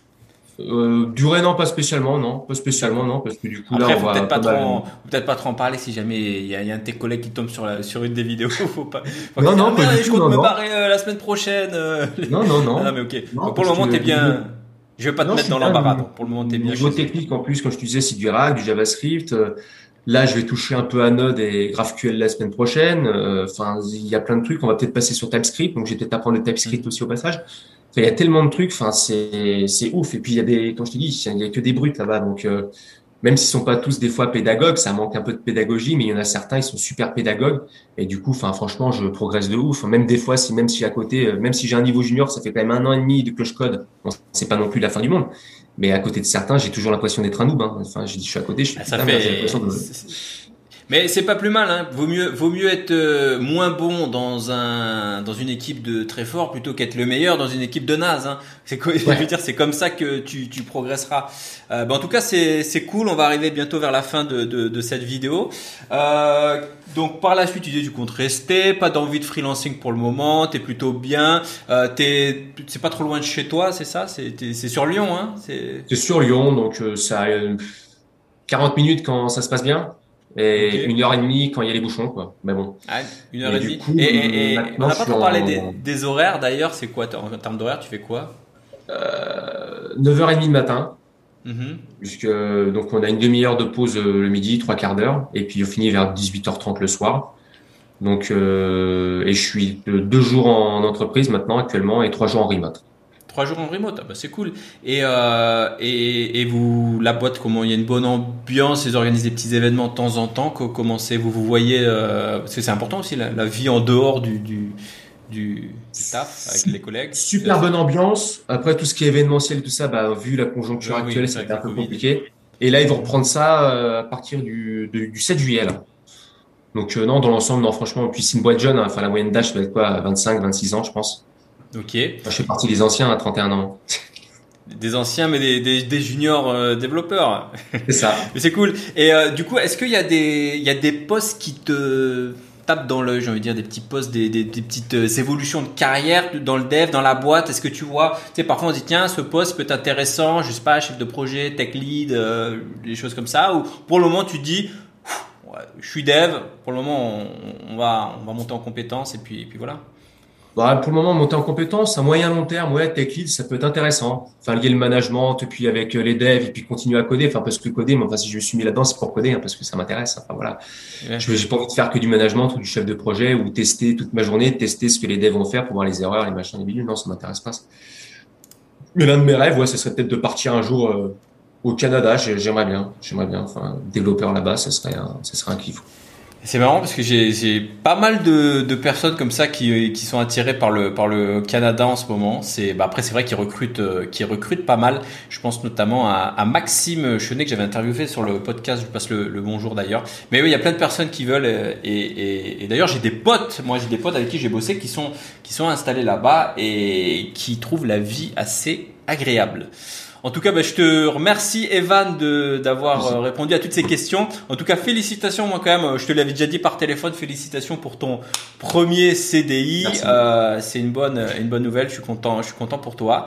Speaker 2: Durée, non, pas spécialement, non, pas spécialement,
Speaker 1: D'accord.
Speaker 2: non, parce que du coup là,
Speaker 1: Après,
Speaker 2: on va pas mal.
Speaker 1: faut peut-être pas trop en parler si jamais il y a un de tes collègues qui tombe sur une des vidéos. Faut qu'il
Speaker 2: Non,
Speaker 1: dise, ah
Speaker 2: non, pas
Speaker 1: merde,
Speaker 2: du
Speaker 1: je
Speaker 2: tout,
Speaker 1: compte
Speaker 2: non,
Speaker 1: me
Speaker 2: non,
Speaker 1: barrer la semaine prochaine.
Speaker 2: non, non,
Speaker 1: Ah non,
Speaker 2: non,
Speaker 1: mais ok.
Speaker 2: non,
Speaker 1: Donc pour le
Speaker 2: parce
Speaker 1: moment,
Speaker 2: que
Speaker 1: t'es bien. Je vais pas te
Speaker 2: non, je
Speaker 1: mettre
Speaker 2: suis
Speaker 1: dans
Speaker 2: bien.
Speaker 1: l'embarras. Donc pour le moment, t'es bien chez
Speaker 2: Niveau
Speaker 1: eux.
Speaker 2: technique, en plus, comme je te disais, c'est du React, du JavaScript. Là, je vais toucher un peu à Node et GraphQL la semaine prochaine. Enfin, il y a plein de trucs. On va peut-être passer sur TypeScript, donc je vais peut-être apprendre le TypeScript
Speaker 1: Mhm.
Speaker 2: aussi au passage. Enfin, il y a tellement de trucs. Enfin, c'est ouf. Et puis il y a des, comme je te dis, il y a que des brutes là-bas. Donc même s'ils sont pas tous des fois pédagogues, ça manque un peu de pédagogie, mais il y en a certains, ils sont super pédagogues. Et du coup, enfin, franchement, je progresse de ouf. Même des fois, même si à côté, même si j'ai un niveau junior, ça fait quand même 1 an et demi que je code. Bon, c'est pas non plus la fin du monde. Mais à côté de certains, j'ai toujours l'impression d'être un noob, hein. Enfin, je suis à côté, je suis
Speaker 1: Ah, ça
Speaker 2: putain, merde, j'ai
Speaker 1: fait.
Speaker 2: l'impression de.
Speaker 1: Mais c'est pas plus mal, hein. Vaut mieux être moins bon dans une équipe de très fort plutôt qu'être le meilleur dans une équipe de naze, hein. Je veux
Speaker 2: Ouais.
Speaker 1: dire, c'est comme ça que tu progresseras. En tout cas, c'est cool. On va arriver bientôt vers la fin de cette vidéo. Donc par la suite, tu dis tu comptes rester, pas d'envie de freelancing pour le moment, t'es plutôt bien. C'est pas trop loin de chez toi, c'est ça? C'est sur Lyon, hein?
Speaker 2: C'est sur Lyon, donc ça a 40 minutes quand ça se passe bien
Speaker 1: Ok.
Speaker 2: et 1 heure et demie quand il y a les bouchons, quoi. Mais bon.
Speaker 1: Ah, une heure
Speaker 2: Et
Speaker 1: et
Speaker 2: du
Speaker 1: demie.
Speaker 2: coup,
Speaker 1: Et on
Speaker 2: maintenant,
Speaker 1: n'a
Speaker 2: je
Speaker 1: pas
Speaker 2: suis
Speaker 1: trop parlé
Speaker 2: en
Speaker 1: des horaires d'ailleurs. C'est quoi en termes d'horaire? Tu fais quoi?
Speaker 2: 9h30 le matin,
Speaker 1: Mhm.
Speaker 2: puisque donc on a une demi-heure de pause le midi, 3 quarts d'heure, et puis on finit vers 18h30 le soir. Donc, et je suis 2 jours en entreprise maintenant actuellement et 3 jours en remote.
Speaker 1: 3 jours en remote, ah bah c'est cool. Et vous, la boîte, comment il y a une bonne ambiance, ils organisent des petits événements de temps en temps. Comment c'est, vous voyez, parce que c'est important aussi la vie en dehors du taf avec les collègues.
Speaker 2: Super bonne ambiance. Après, tout ce qui est événementiel et tout ça, bah, vu la conjoncture
Speaker 1: Oui,
Speaker 2: actuelle,
Speaker 1: c'est avec
Speaker 2: c'était un
Speaker 1: le
Speaker 2: peu
Speaker 1: Covid.
Speaker 2: compliqué. Et là, ils vont
Speaker 1: Mhm.
Speaker 2: reprendre ça à partir du 7 juillet. Là. Donc, non, dans l'ensemble, non, franchement, puis c'est une boîte jeune. Hein. Enfin, la moyenne d'âge doit être quoi, 25, 26 ans, je pense.
Speaker 1: Ok.
Speaker 2: Moi, je fais partie des anciens à 31 ans.
Speaker 1: Des anciens, mais des juniors développeurs.
Speaker 2: C'est ça.
Speaker 1: Mais c'est cool. Et du coup, est-ce qu'il y a il y a des postes qui te tapent dans l'œil, j'ai envie de dire, des petits postes, des petites évolutions de carrière dans le dev, dans la boîte? Est-ce que tu vois, tu sais, parfois on se dit, tiens, ce poste peut être intéressant, je sais pas, chef de projet, tech lead, des choses comme ça, ou pour le moment tu te dis, ouais, je suis dev, pour le moment on va monter en compétences et puis voilà.
Speaker 2: Bah, pour le moment, monter en compétences, à moyen long terme, ouais, tech lead, ça peut être intéressant. Enfin, lier le management, et puis avec les devs, et puis continuer à coder. Enfin, parce que coder, moi, enfin, si je me suis mis là-dedans, c'est pour coder, hein, parce que ça m'intéresse. Enfin, voilà.
Speaker 1: Ouais.
Speaker 2: J'ai pas envie de faire que du management ou du chef de projet ou tester toute ma journée, tester ce que les devs vont faire pour voir les erreurs, les machins, les bidules. Non, ça m'intéresse pas. Ça. Mais l'un de mes rêves, ouais, ce serait peut-être de partir un jour au Canada. J'aimerais bien. J'aimerais bien. Enfin, développeur là-bas, ce serait un kiff.
Speaker 1: C'est marrant parce que j'ai pas mal de personnes comme ça qui sont attirées par le Canada en ce moment. Après c'est vrai qu'ils recrutent pas mal. Je pense notamment à Maxime Chenet que j'avais interviewé sur le podcast. Je lui passe le bonjour d'ailleurs. Mais oui, il y a plein de personnes qui veulent et d'ailleurs j'ai des potes. Moi j'ai des potes avec qui j'ai bossé qui sont installés là-bas et qui trouvent la vie assez agréable. En tout cas, je te remercie Evan d'avoir répondu à toutes ces questions. En tout cas, félicitations moi quand même. Je te l'avais déjà dit par téléphone. Félicitations pour ton premier CDI. C'est une bonne nouvelle. Je suis content pour toi.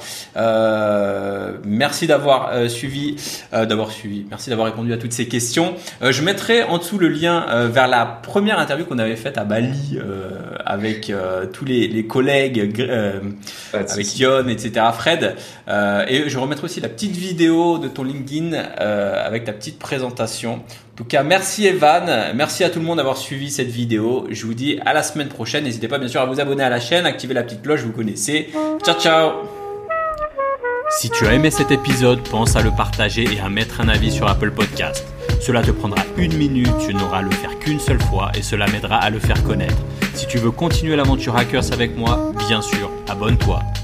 Speaker 1: Merci d'avoir suivi. Merci d'avoir répondu à toutes ces questions. Je mettrai en dessous le lien vers la première interview qu'on avait faite à Bali avec tous les collègues, avec Yon, etc. Fred. Et je remettrai aussi la petite vidéo de ton LinkedIn avec ta petite présentation. En tout cas, merci Evan, merci à tout le monde d'avoir suivi cette vidéo. Je vous dis à la semaine prochaine. N'hésitez pas bien sûr à vous abonner à la chaîne, activer la petite cloche, vous connaissez. Ciao ciao. Si tu as aimé cet épisode, pense à le partager et à mettre un avis sur Apple Podcast. Cela te prendra 1 minute, tu n'auras à le faire qu'une seule fois et cela m'aidera à le faire connaître. Si tu veux continuer l'aventure Hackers avec moi, bien sûr, abonne-toi.